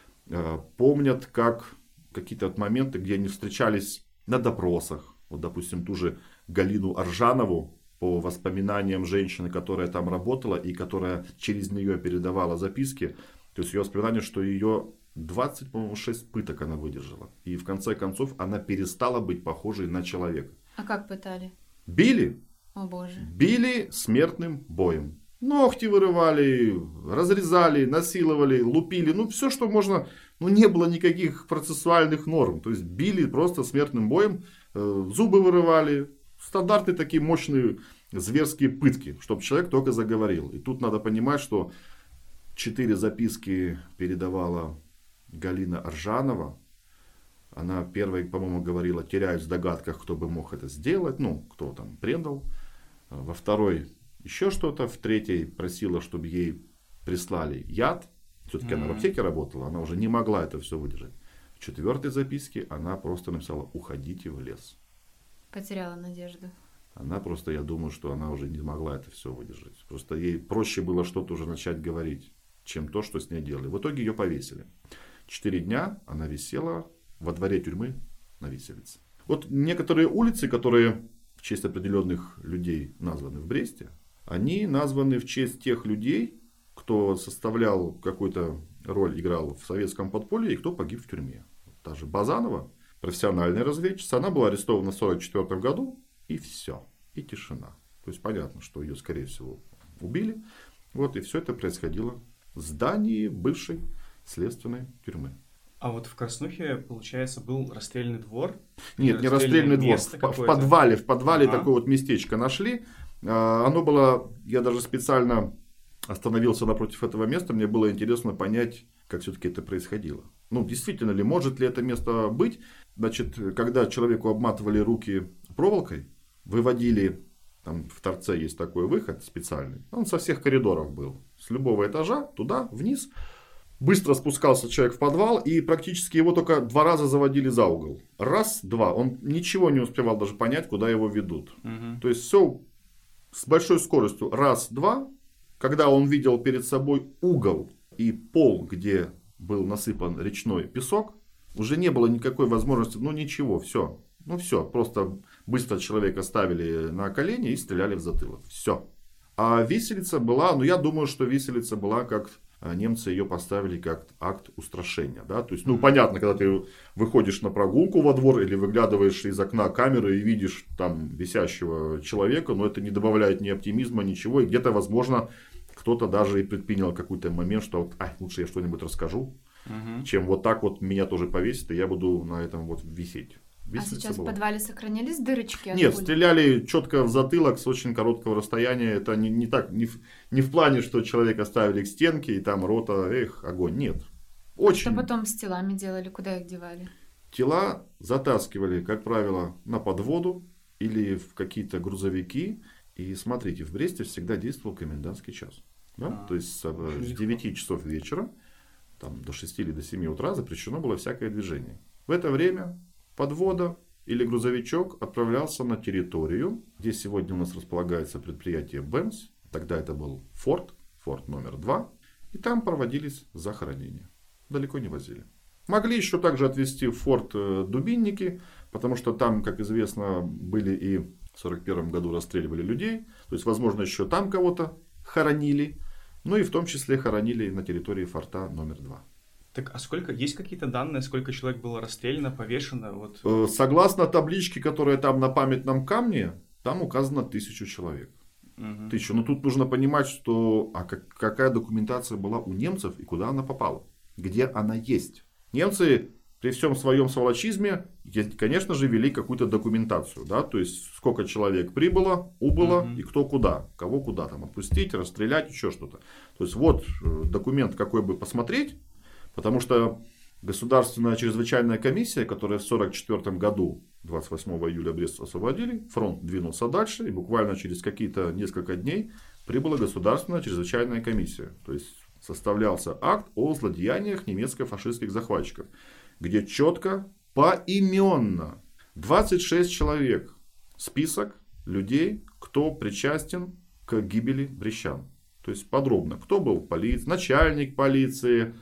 Помнят, как какие-то моменты, где они встречались на допросах. Вот, допустим, ту же Галину Аржанову, по воспоминаниям женщины, которая там работала и которая через нее передавала записки. То есть ее воспоминания, что ее 26 пыток она выдержала. И в конце концов она перестала быть похожей на человека. А как пытали? Били. О боже. Били смертным боем. Ногти вырывали, разрезали, насиловали, лупили. Все, что можно. Не было никаких процессуальных норм. То есть били просто смертным боем. Зубы вырывали. Стандартные такие мощные зверские пытки, чтобы человек только заговорил. И тут надо понимать, что 4 записки передавала Галина Аржанова. Она первой, по-моему, говорила, теряюсь в догадках, кто бы мог это сделать. Кто там предал. Во второй еще что-то. В третьей просила, чтобы ей прислали яд. Все-таки она в аптеке работала. Она уже не могла это все выдержать. В 4-й записке она просто написала: уходите в лес. Потеряла надежду. Она просто, я думаю, что она уже не могла это все выдержать. Просто ей проще было что-то уже начать говорить, чем то, что с ней делали. В итоге ее повесили. 4 дня она висела во дворе тюрьмы на виселице. Вот некоторые улицы, которые в честь определенных людей названы в Бресте, они названы в честь тех людей, кто составлял какую-то роль, играл в советском подполье и кто погиб в тюрьме. Та же Базанова, профессиональная разведчица, она была арестована в 1944 году, и все, и тишина. То есть понятно, что ее, скорее всего, убили. Вот, и все это происходило в здании бывшей следственной тюрьмы. А вот в Краснухе, получается, был расстрельный двор? Нет, не расстрельный двор. В подвале такое вот местечко нашли. Оно было, я даже специально остановился напротив этого места, мне было интересно понять, как все-таки это происходило. Действительно ли, может ли это место быть? Значит, когда человеку обматывали руки проволокой, выводили, там в торце есть такой выход специальный, он со всех коридоров был, с любого этажа, туда, вниз. Быстро спускался человек в подвал, и практически его только 2 раза заводили за угол. Раз, 2, он ничего не успевал даже понять, куда его ведут. То есть все с большой скоростью. Раз, 2, когда он видел перед собой угол и пол, где был насыпан речной песок, уже не было никакой возможности, ничего, все. Все, просто быстро человека ставили на колени и стреляли в затылок. Все. А виселица была, я думаю, что виселица была, как немцы ее поставили, как акт устрашения. Да? То есть, понятно, когда ты выходишь на прогулку во двор или выглядываешь из окна камеры и видишь там висящего человека, но это не добавляет ни оптимизма, ничего. И где-то, возможно, кто-то даже и предпринял какой-то момент, что лучше я что-нибудь расскажу, чем вот так вот меня тоже повесит, и я буду на этом вот висеть. Виселица сейчас была. в подвале сохранились дырочки от Нет, пуль? стреляли четко в затылок с очень короткого расстояния. Это не так, не в плане, что человека ставили к стенке и там рота, огонь. Нет. Очень. Что потом с телами делали? Куда их девали? Тела затаскивали, как правило, на подводу или в какие-то грузовики. И смотрите, в Бресте всегда действовал комендантский час. Да? То есть с 9 часов вечера там, до 6 или до 7 утра запрещено было всякое движение. В это время подвода или грузовичок отправлялся на территорию, где сегодня у нас располагается предприятие БЭМС. Тогда это был форт номер 2. И там проводились захоронения. Далеко не возили. Могли еще также отвезти в форт Дубинники, потому что там, как известно, были и в 1941 году расстреливали людей. То есть, возможно, еще там кого-то хоронили. Ну и в том числе хоронили на территории форта номер 2. Так, а сколько, есть какие-то данные, сколько человек было расстреляно, повешено? Вот? Согласно табличке, которая там на памятном камне, там указано 1000 человек. 1000. Но тут нужно понимать, что какая документация была у немцев и куда она попала. Где она есть. Немцы при всем своем сволочизме, конечно же, вели какую-то документацию. Да? То есть, сколько человек прибыло, убыло и кто куда. Кого куда там отпустить, расстрелять, еще что-то. То есть, вот документ какой бы посмотреть. Потому что Государственная чрезвычайная комиссия, которая в 1944 году, 28 июля Брест освободили, фронт двинулся дальше. И буквально через какие-то несколько дней прибыла Государственная чрезвычайная комиссия. То есть, составлялся акт о злодеяниях немецко-фашистских захватчиков, где четко, поименно 26 человек список людей, кто причастен к гибели брестян. То есть подробно, кто был в полиции, начальник полиции,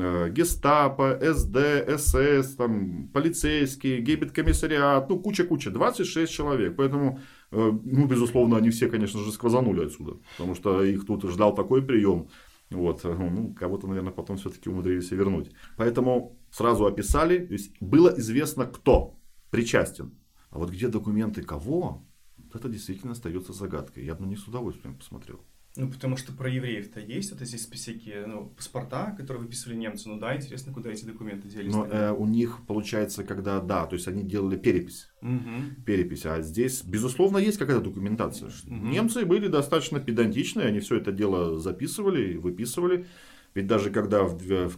гестапо, СД, СС, там, полицейские, гейбет-комиссариат, куча, 26 человек. Поэтому, безусловно, они все, конечно же, сквозанули отсюда, потому что их тут ждал такой прием. Вот, кого-то, наверное, потом все-таки умудрились и вернуть. Поэтому сразу описали, то есть было известно, кто причастен. А вот где документы кого, это действительно остается загадкой. Я бы на них с удовольствием посмотрел. Потому что про евреев-то есть вот эти списки, паспорта, которые выписывали немцы. Интересно, куда эти документы делись. Но у них, получается, когда, то есть они делали перепись. Перепись. А здесь, безусловно, есть какая-то документация. Немцы были достаточно педантичные, они все это дело записывали и выписывали. Ведь даже когда в 12-13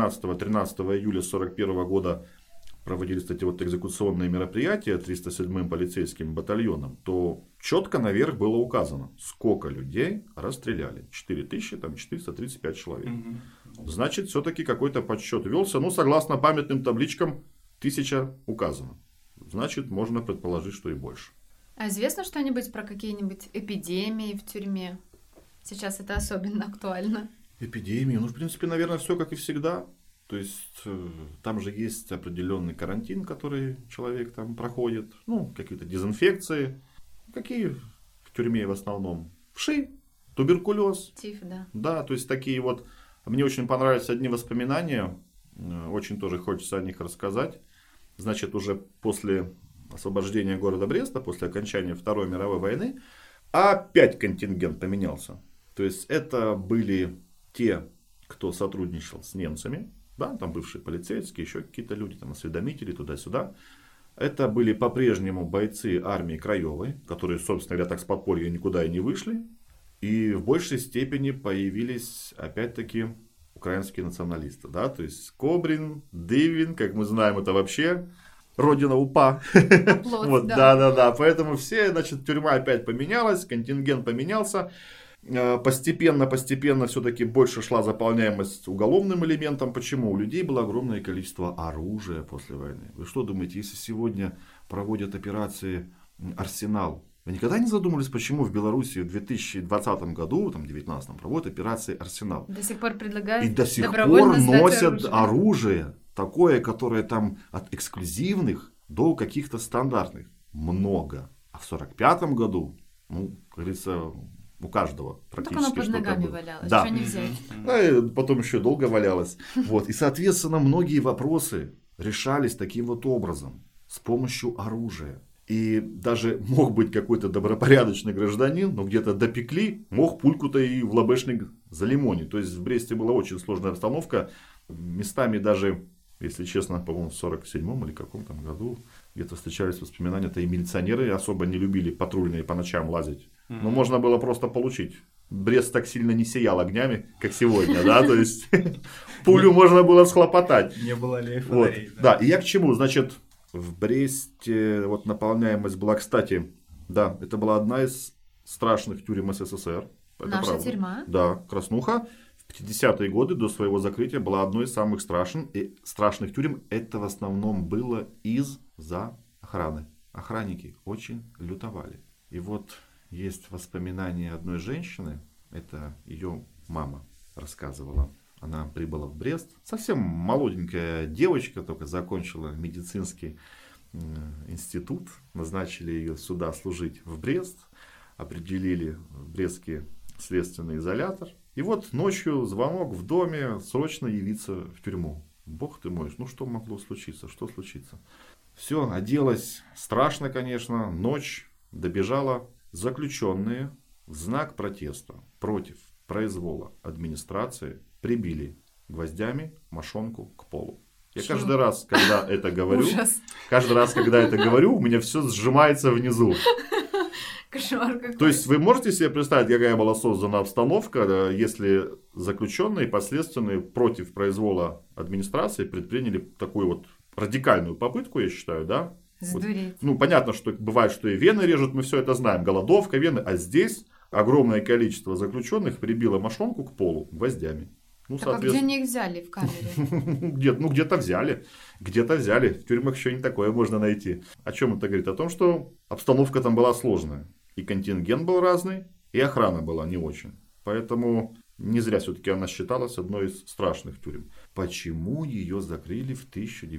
июля 1941 года проводились эти экзекуционные мероприятия 307-м полицейским батальоном, то четко наверх было указано, сколько людей расстреляли. 4435 человек. Значит, все-таки какой-то подсчет велся. Согласно памятным табличкам, 1000 указано. Значит, можно предположить, что и больше. А известно что-нибудь про какие-нибудь эпидемии в тюрьме? Сейчас это особенно актуально. Эпидемии? В принципе, наверное, все как и всегда. То есть, там же есть определенный карантин, который человек там проходит. Какие-то дезинфекции. Какие в тюрьме в основном? Вши, туберкулез. Тиф, да. Да, то есть, такие вот... Мне очень понравились одни воспоминания. Очень тоже хочется о них рассказать. Значит, уже после освобождения города Бреста, после окончания Второй мировой войны, опять контингент поменялся. То есть, это были те, кто сотрудничал с немцами. Да, там бывшие полицейские, еще какие-то люди, там осведомители, туда-сюда. Это были по-прежнему бойцы армии Краевой, которые, собственно говоря, так с подполья никуда и не вышли. И в большей степени появились, опять-таки, украинские националисты. Да? То есть Кобрин, Дывин, как мы знаем, это вообще родина УПА. Оплот, да. Поэтому тюрьма опять поменялась, контингент поменялся. Постепенно все-таки больше шла заполняемость уголовным элементом. Почему? У людей было огромное количество оружия после войны. Вы что думаете, если сегодня проводят операции «Арсенал», вы никогда не задумывались, почему в Беларуси в 2020 году, 2019, проводят операции «Арсенал»? До сих пор предлагают. И до сих пор носят оружие, такое, которое там от эксклюзивных до каких-то стандартных. Много. А в 1945 году, как говорится, у каждого практически что-то было. Оно под ногами валялось, что не взять. Потом еще долго валялось. И, соответственно, многие вопросы решались таким вот образом, с помощью оружия. И даже мог быть какой-то добропорядочный гражданин, но где-то допекли, мог пульку-то и в лобешник залимонить. То есть в Бресте была очень сложная обстановка. Местами даже Если честно, по-моему, в 47-м или каком-то году где-то встречались воспоминания, это и милиционеры особо не любили патрульные по ночам лазить. Но можно было просто получить. Брест так сильно не сиял огнями, как сегодня, да, то есть пулю можно было схлопотать. Не было ли фонарей. Да, и я к чему? Значит, в Бресте вот наполняемость была, кстати, да, это была одна из страшных тюрем СССР. Это Наша правда. тюрьма? Да, Краснуха в 50-е годы до своего закрытия была одной из самых страшных тюрем. Это в основном было из-за охраны. Охранники очень лютовали. И вот есть воспоминания одной женщины, это ее мама рассказывала. Она прибыла в Брест, совсем молоденькая девочка, только закончила медицинский институт, назначили ее сюда служить в Брест, определили в Брестский следственный изолятор. И вот ночью звонок в доме, срочно явиться в тюрьму. Бог ты мой, ну что могло случиться, что случится? Все, оделась, страшно, конечно, ночь, добежала. Заключенные в знак протеста против произвола администрации прибили гвоздями мошонку к полу. Я каждый раз, когда это говорю, у меня все сжимается внизу. Кошмар какой. То есть вы можете себе представить, какая была создана обстановка, если заключенные последственные против произвола администрации предприняли такую вот радикальную попытку, я считаю, да? Сдуреть. Вот, понятно, что бывает, что и вены режут, мы все это знаем, голодовка, вены, а здесь огромное количество заключенных прибило мошонку к полу гвоздями. Так а где они их взяли в камере? Где-то взяли. В тюрьмах еще не такое можно найти. О чем это говорит? О том, что обстановка там была сложная. И контингент был разный, и охрана была не очень. Поэтому не зря все-таки она считалась одной из страшных тюрем. Почему ее закрыли в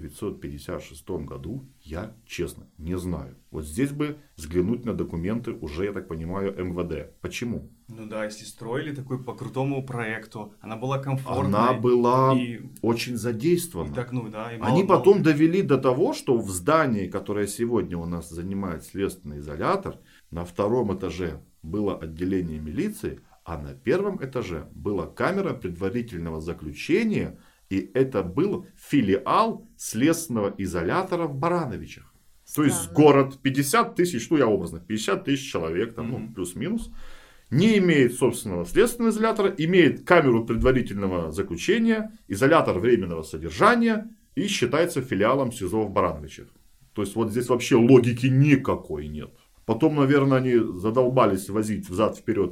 1956 году, я честно не знаю. Вот здесь бы взглянуть на документы уже, я так понимаю, МВД. Почему? Ну да, если строили такой по крутому проекту, она была комфортной. Она была очень задействована. Они потом довели до того, что в здании, которое сегодня у нас занимает следственный изолятор, на втором этаже было отделение милиции, а на первом этаже была камера предварительного заключения, и это был филиал следственного изолятора в Барановичах. То есть город 50 тысяч, 50 тысяч человек, плюс-минус, не имеет собственного следственного изолятора, имеет камеру предварительного заключения, изолятор временного содержания и считается филиалом СИЗО в Барановичах. То есть вот здесь вообще логики никакой нет. Потом, наверное, они задолбались возить взад-вперед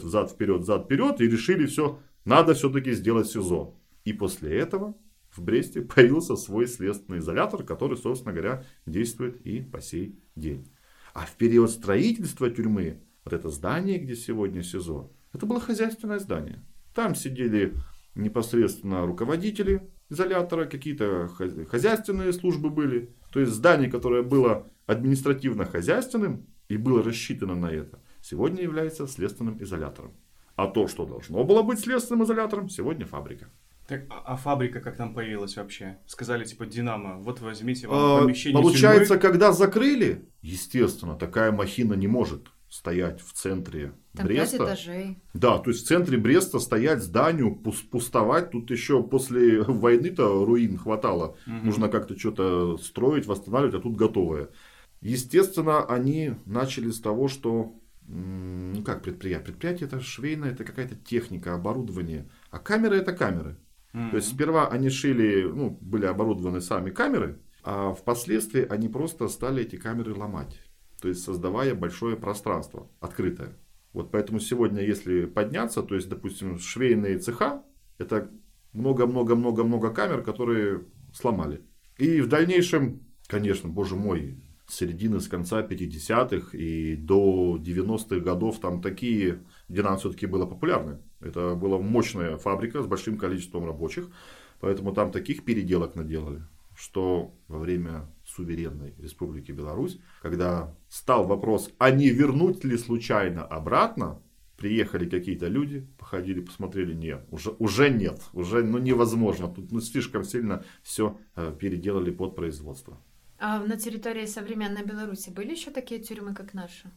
и решили, все, надо все-таки сделать СИЗО. И после этого в Бресте появился свой следственный изолятор, который, собственно говоря, действует и по сей день. А в период строительства тюрьмы, вот это здание, где сегодня СИЗО, это было хозяйственное здание. Там сидели непосредственно руководители изолятора, какие-то хозяйственные службы были. То есть здание, которое было административно-хозяйственным, и было рассчитано на это, сегодня является следственным изолятором. А то, что должно было быть следственным изолятором, сегодня фабрика. Так, а фабрика как там появилась вообще? Сказали, типа, Динамо, вот возьмите вам помещение получается, тюрьмы. Когда закрыли, естественно, такая махина не может стоять в центре там Бреста. 5 этажей. Да, то есть в центре Бреста стоять зданию, пустовать. Тут еще после войны-то руин хватало. Нужно как-то что-то строить, восстанавливать, а тут готовое. Естественно, они начали с того, что предприятие. Предприятие это швейное, это какая-то техника, оборудование. А камеры это камеры. То есть сперва они шили, были оборудованы сами камеры, а впоследствии они просто стали эти камеры ломать. То есть создавая большое пространство, открытое. Вот поэтому сегодня, если подняться, то есть, допустим, швейные цеха, это много-много-много-много камер, которые сломали. И в дальнейшем, конечно, боже мой, с середины, с конца 50-х и до 90-х годов там такие, где нам все-таки было популярно. Это была мощная фабрика с большим количеством рабочих, поэтому там таких переделок наделали, что во время суверенной Республики Беларусь, когда стал вопрос, а не вернуть ли случайно обратно, приехали какие-то люди, походили, посмотрели, нет, уже нет, уже невозможно, тут слишком сильно все переделали под производство. А на территории современной Беларуси были еще такие тюрьмы, как наши?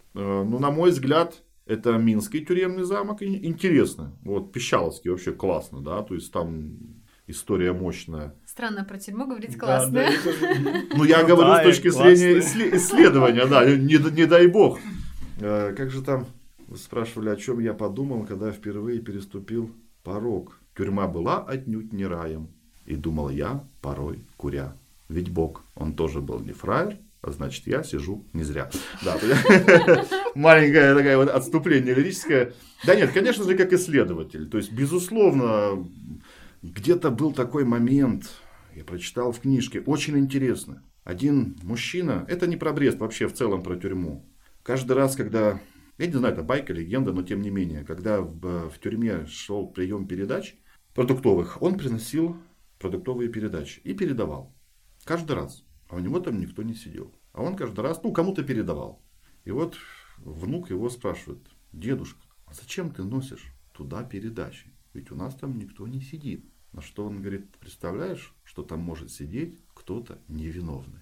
На мой взгляд, это Минский тюремный замок, интересно. Вот Пищаловский вообще классно, да, то есть там история мощная. Странно про тюрьму говорить классно. Ну, я говорю с точки зрения исследования, да, не дай бог. Как же там, вы спрашивали, о чем я подумал, когда впервые переступил порог. Тюрьма была отнюдь не раем. И думал я, порой куря. Ведь Бог, он тоже был не фраер, а значит, я сижу не зря. Да, маленькое такое вот отступление лирическое. Да нет, конечно же, как исследователь. То есть, безусловно, где-то был такой момент, я прочитал в книжке, очень интересно. Один мужчина, это не про Брест, вообще в целом про тюрьму. Каждый раз, когда, я не знаю, это байка, легенда, но тем не менее, когда в тюрьме шел прием передач продуктовых, он приносил продуктовые передачи и передавал. Каждый раз. А у него там никто не сидел. А он каждый раз, кому-то передавал. И вот внук его спрашивает: дедушка, а зачем ты носишь туда передачи? Ведь у нас там никто не сидит. На что он говорит: представляешь, что там может сидеть кто-то невиновный.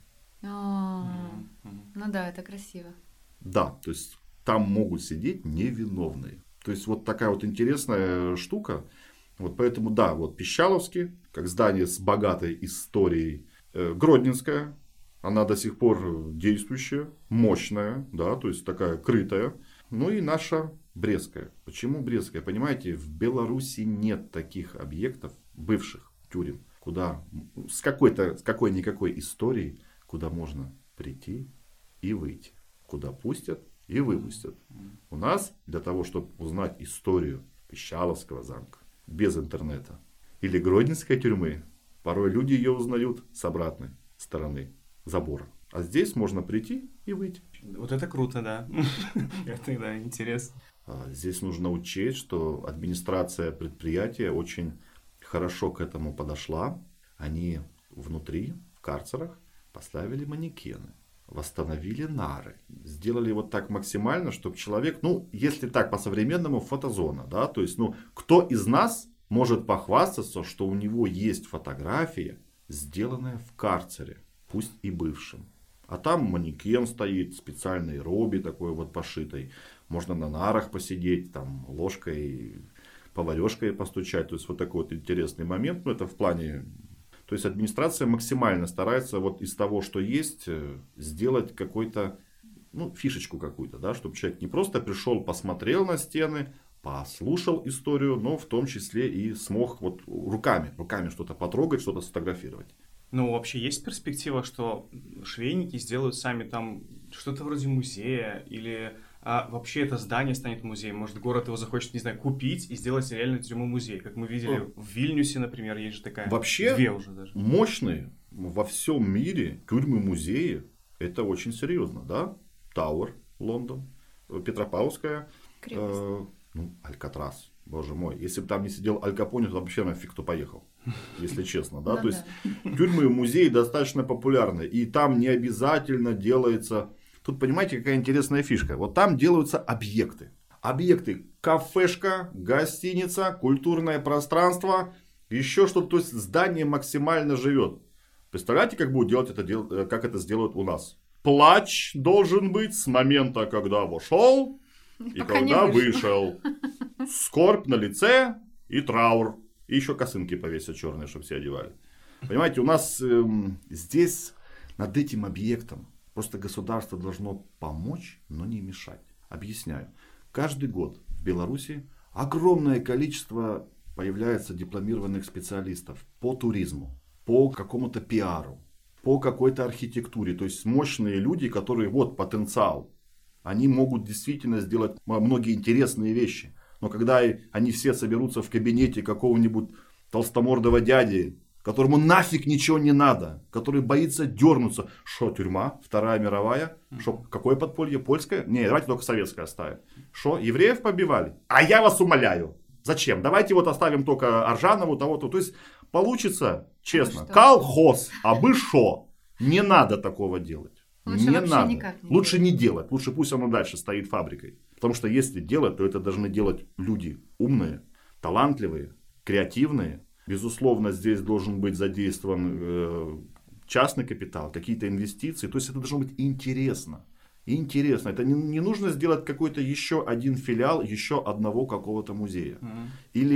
Ну да, это красиво. Да, то есть там могут сидеть невиновные. То есть вот такая вот интересная штука. Вот поэтому да, вот Пищаловский, как здание с богатой историей. Гродненская, она до сих пор действующая, мощная, да, то есть такая крытая. Ну и наша Брестская. Почему Брестская? Понимаете, в Беларуси нет таких объектов, бывших тюрем, куда с какой-никакой историей, куда можно прийти и выйти, куда пустят и выпустят. У нас для того, чтобы узнать историю Пищаловского замка без интернета или Гродненской тюрьмы, порой люди ее узнают с обратной стороны забора. А здесь можно прийти и выйти. Вот это круто, да. Это, да, интересно. Здесь нужно учесть, что администрация предприятия очень хорошо к этому подошла. Они внутри, в карцерах, поставили манекены, восстановили нары. Сделали вот так максимально, чтобы человек, если так по-современному, фотозона, да, то есть, кто из нас может похвастаться, что у него есть фотография, сделанная в карцере, пусть и бывшем. А там манекен стоит, специальной робе такой вот пошитой. Можно на нарах посидеть, там ложкой, поварешкой постучать. То есть вот такой вот интересный момент. Это в плане... То есть администрация максимально старается вот из того, что есть, сделать какой-то, фишечку какую-то, да, чтобы человек не просто пришел, посмотрел на стены, послушал историю, но в том числе и смог вот руками что-то потрогать, что-то сфотографировать. Вообще есть перспектива, что швейники сделают сами там что-то вроде музея, или вообще это здание станет музеем? Может, город его захочет, не знаю, купить и сделать реально тюрьму-музей? Как мы видели в Вильнюсе, например, есть же такая. Вообще, две уже даже. Мощные во всем мире тюрьмы-музеи, это очень серьезно, да? Тауэр, Лондон, Петропавловская, Алькатрас. Боже мой, если бы там не сидел Аль Капоне, то вообще нафиг кто поехал, если честно, да, то есть тюрьмы и музеи достаточно популярны, и там не обязательно делается, тут понимаете, какая интересная фишка, вот там делаются объекты, кафешка, гостиница, культурное пространство, еще что-то, то есть здание максимально живет. Представляете, как будут делать это, как это сделают у нас? Плач должен быть с момента, когда вошел и когда вышел. Скорбь на лице и траур. И еще косынки повесят черные, чтобы все одевали. Понимаете, у нас здесь над этим объектом просто государство должно помочь, но не мешать. Объясняю. Каждый год в Беларуси огромное количество появляется дипломированных специалистов по туризму, по какому-то пиару, по какой-то архитектуре. То есть мощные люди, которые потенциал. Они могут действительно сделать многие интересные вещи. Но когда они все соберутся в кабинете какого-нибудь толстомордого дяди, которому нафиг ничего не надо, который боится дернуться. Что, тюрьма? Вторая мировая? Что, какое подполье? Польское? Не, давайте только советское оставим. Что, евреев побивали? А я вас умоляю. Зачем? Давайте оставим только Аржанову, того-то. То есть получится, честно, колхоз, абы шо. Не надо такого делать. Лучше не надо. Лучше не делать. Лучше пусть оно дальше стоит фабрикой. Потому что если делать, то это должны делать люди умные, талантливые, креативные. Безусловно, здесь должен быть задействован частный капитал, какие-то инвестиции. То есть это должно быть интересно. Интересно. Это не нужно сделать какой-то еще один филиал еще одного какого-то музея. Или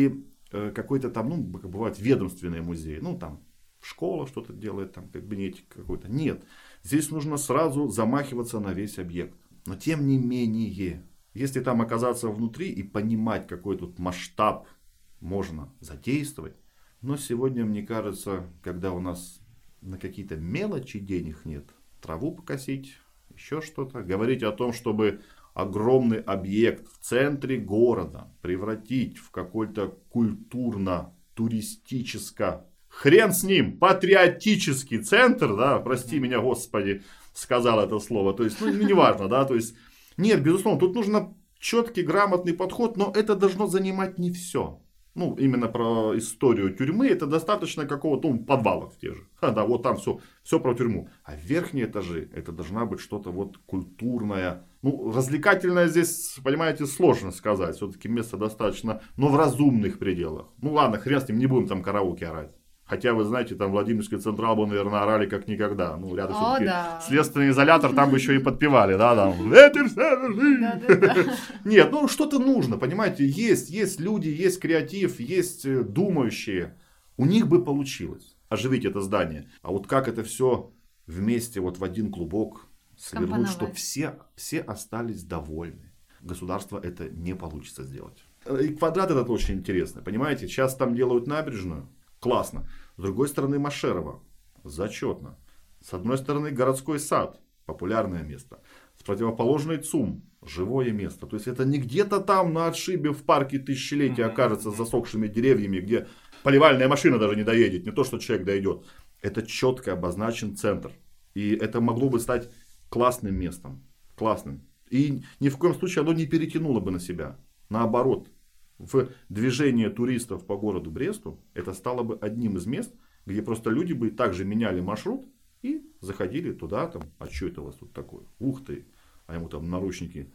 какой-то там, ну, как бывают ведомственные музеи, ну, там школа что-то делает, там кабинетик какой-то. Нет, здесь нужно сразу замахиваться на весь объект. Но тем не менее, если там оказаться внутри и понимать, какой тут масштаб можно задействовать, но сегодня, мне кажется, когда у нас на какие-то мелочи денег нет, траву покосить, еще что-то, говорить о том, чтобы огромный объект в центре города превратить в какой-то культурно-туристическо, хрен с ним, патриотический центр, да, прости меня, Господи, сказал это слово, то есть, ну, неважно, да, то есть, нет, безусловно, тут нужно четкий, грамотный подход, но это должно занимать не все. Ну, именно про историю тюрьмы, это достаточно какого-то, ну, подвалов те же. Да, вот там все про тюрьму. А верхние этажи, это должна быть что-то вот культурное. Ну, развлекательное здесь, понимаете, сложно сказать. Все-таки место достаточно, но в разумных пределах. Ну, ладно, хрен с ним, не будем там караоке орать. Хотя, вы знаете, там Владимирский Централ бы, наверное, орали как никогда. Ну, рядом все-таки следственный изолятор, там бы еще и подпевали, да, там. Это все жизнь. Нет, ну, что-то нужно, понимаете, есть люди, есть креатив, есть думающие. У них бы получилось оживить это здание. А вот как это все вместе вот в один клубок свернуть, чтобы все остались довольны. Государство это не получится сделать. И квадрат этот очень интересный, понимаете, сейчас там делают набережную. Классно. С другой стороны, Машерова. Зачетно. С одной стороны, городской сад. Популярное место. С противоположной ЦУМ. Живое место. То есть, это не где-то там на отшибе в парке тысячелетия окажется с засохшими деревьями, где поливальная машина даже не доедет. Не то, что человек дойдет. Это четко обозначен центр. И это могло бы стать классным местом. Классным. И ни в коем случае оно не перетянуло бы на себя. Наоборот. В движении туристов по городу Бресту это стало бы одним из мест, где просто люди бы также меняли маршрут и заходили туда, там, а что это у вас тут такое? Ух ты, а ему там наручники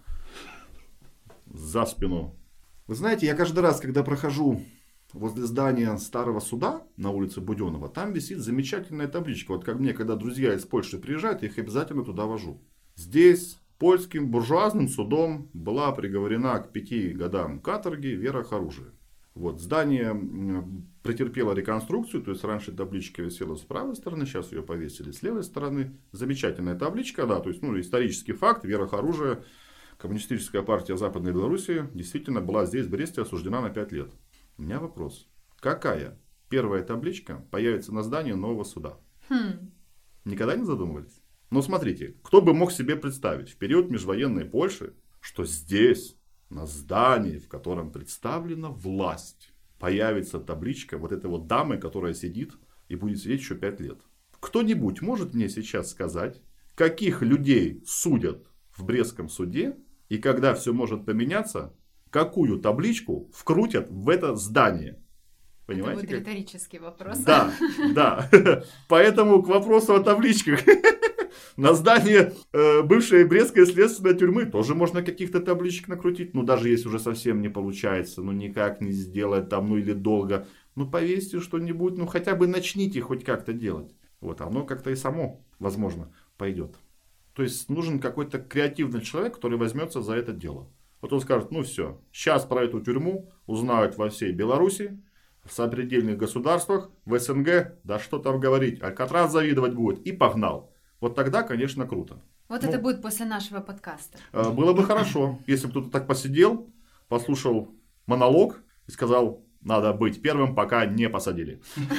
за спину. Вы знаете, я каждый раз, когда прохожу возле здания старого суда на улице Буденова, там висит замечательная табличка. Вот как мне, когда друзья из Польши приезжают, я их обязательно туда вожу. Здесь польским буржуазным судом была приговорена к 5 годам каторги Вера Харужия. Вот, здание претерпело реконструкцию, то есть раньше табличка висела с правой стороны, сейчас ее повесили с левой стороны. Замечательная табличка, да, то есть, ну, исторический факт, Вера Харужия, Коммунистическая партия Западной Белоруссии, действительно была здесь, в Бресте, осуждена на 5 лет. У меня вопрос. Какая первая табличка появится на здании нового суда? Никогда не задумывались? Но смотрите, кто бы мог себе представить в период межвоенной Польши, что здесь, на здании, в котором представлена власть, появится табличка вот этой вот дамы, которая сидит и будет сидеть еще 5 лет. Кто-нибудь может мне сейчас сказать, каких людей судят в Брестском суде, и когда все может поменяться, какую табличку вкрутят в это здание? Понимаете, это будет риторический вопрос. Да, да. Поэтому к вопросу о табличках. На здании бывшей Брестской следственной тюрьмы тоже можно каких-то табличек накрутить. Ну, даже если уже совсем не получается, ну, никак не сделать там, ну, или долго. Ну, повесьте что-нибудь, ну, хотя бы начните хоть как-то делать. Вот, оно как-то и само, возможно, пойдет. То есть, нужен какой-то креативный человек, который возьмется за это дело. Вот он скажет, ну, все, сейчас про эту тюрьму узнают во всей Беларуси, в сопредельных государствах, в СНГ, да что там говорить, Алькатрас завидовать будет, и погнал. Вот тогда, конечно, круто. Вот это будет после нашего подкаста. Было бы хорошо, если бы кто-то так посидел, послушал монолог и сказал, надо быть первым, пока не посадили.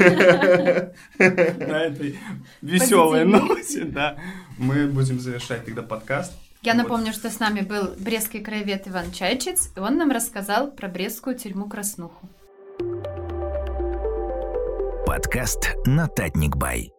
На этой веселой ноте, да, мы будем завершать тогда подкаст. Я напомню, что с нами был брестский краевед Иван Чайчиц, и он нам рассказал про брестскую тюрьму Краснуху. Подкаст «Нататник Бай».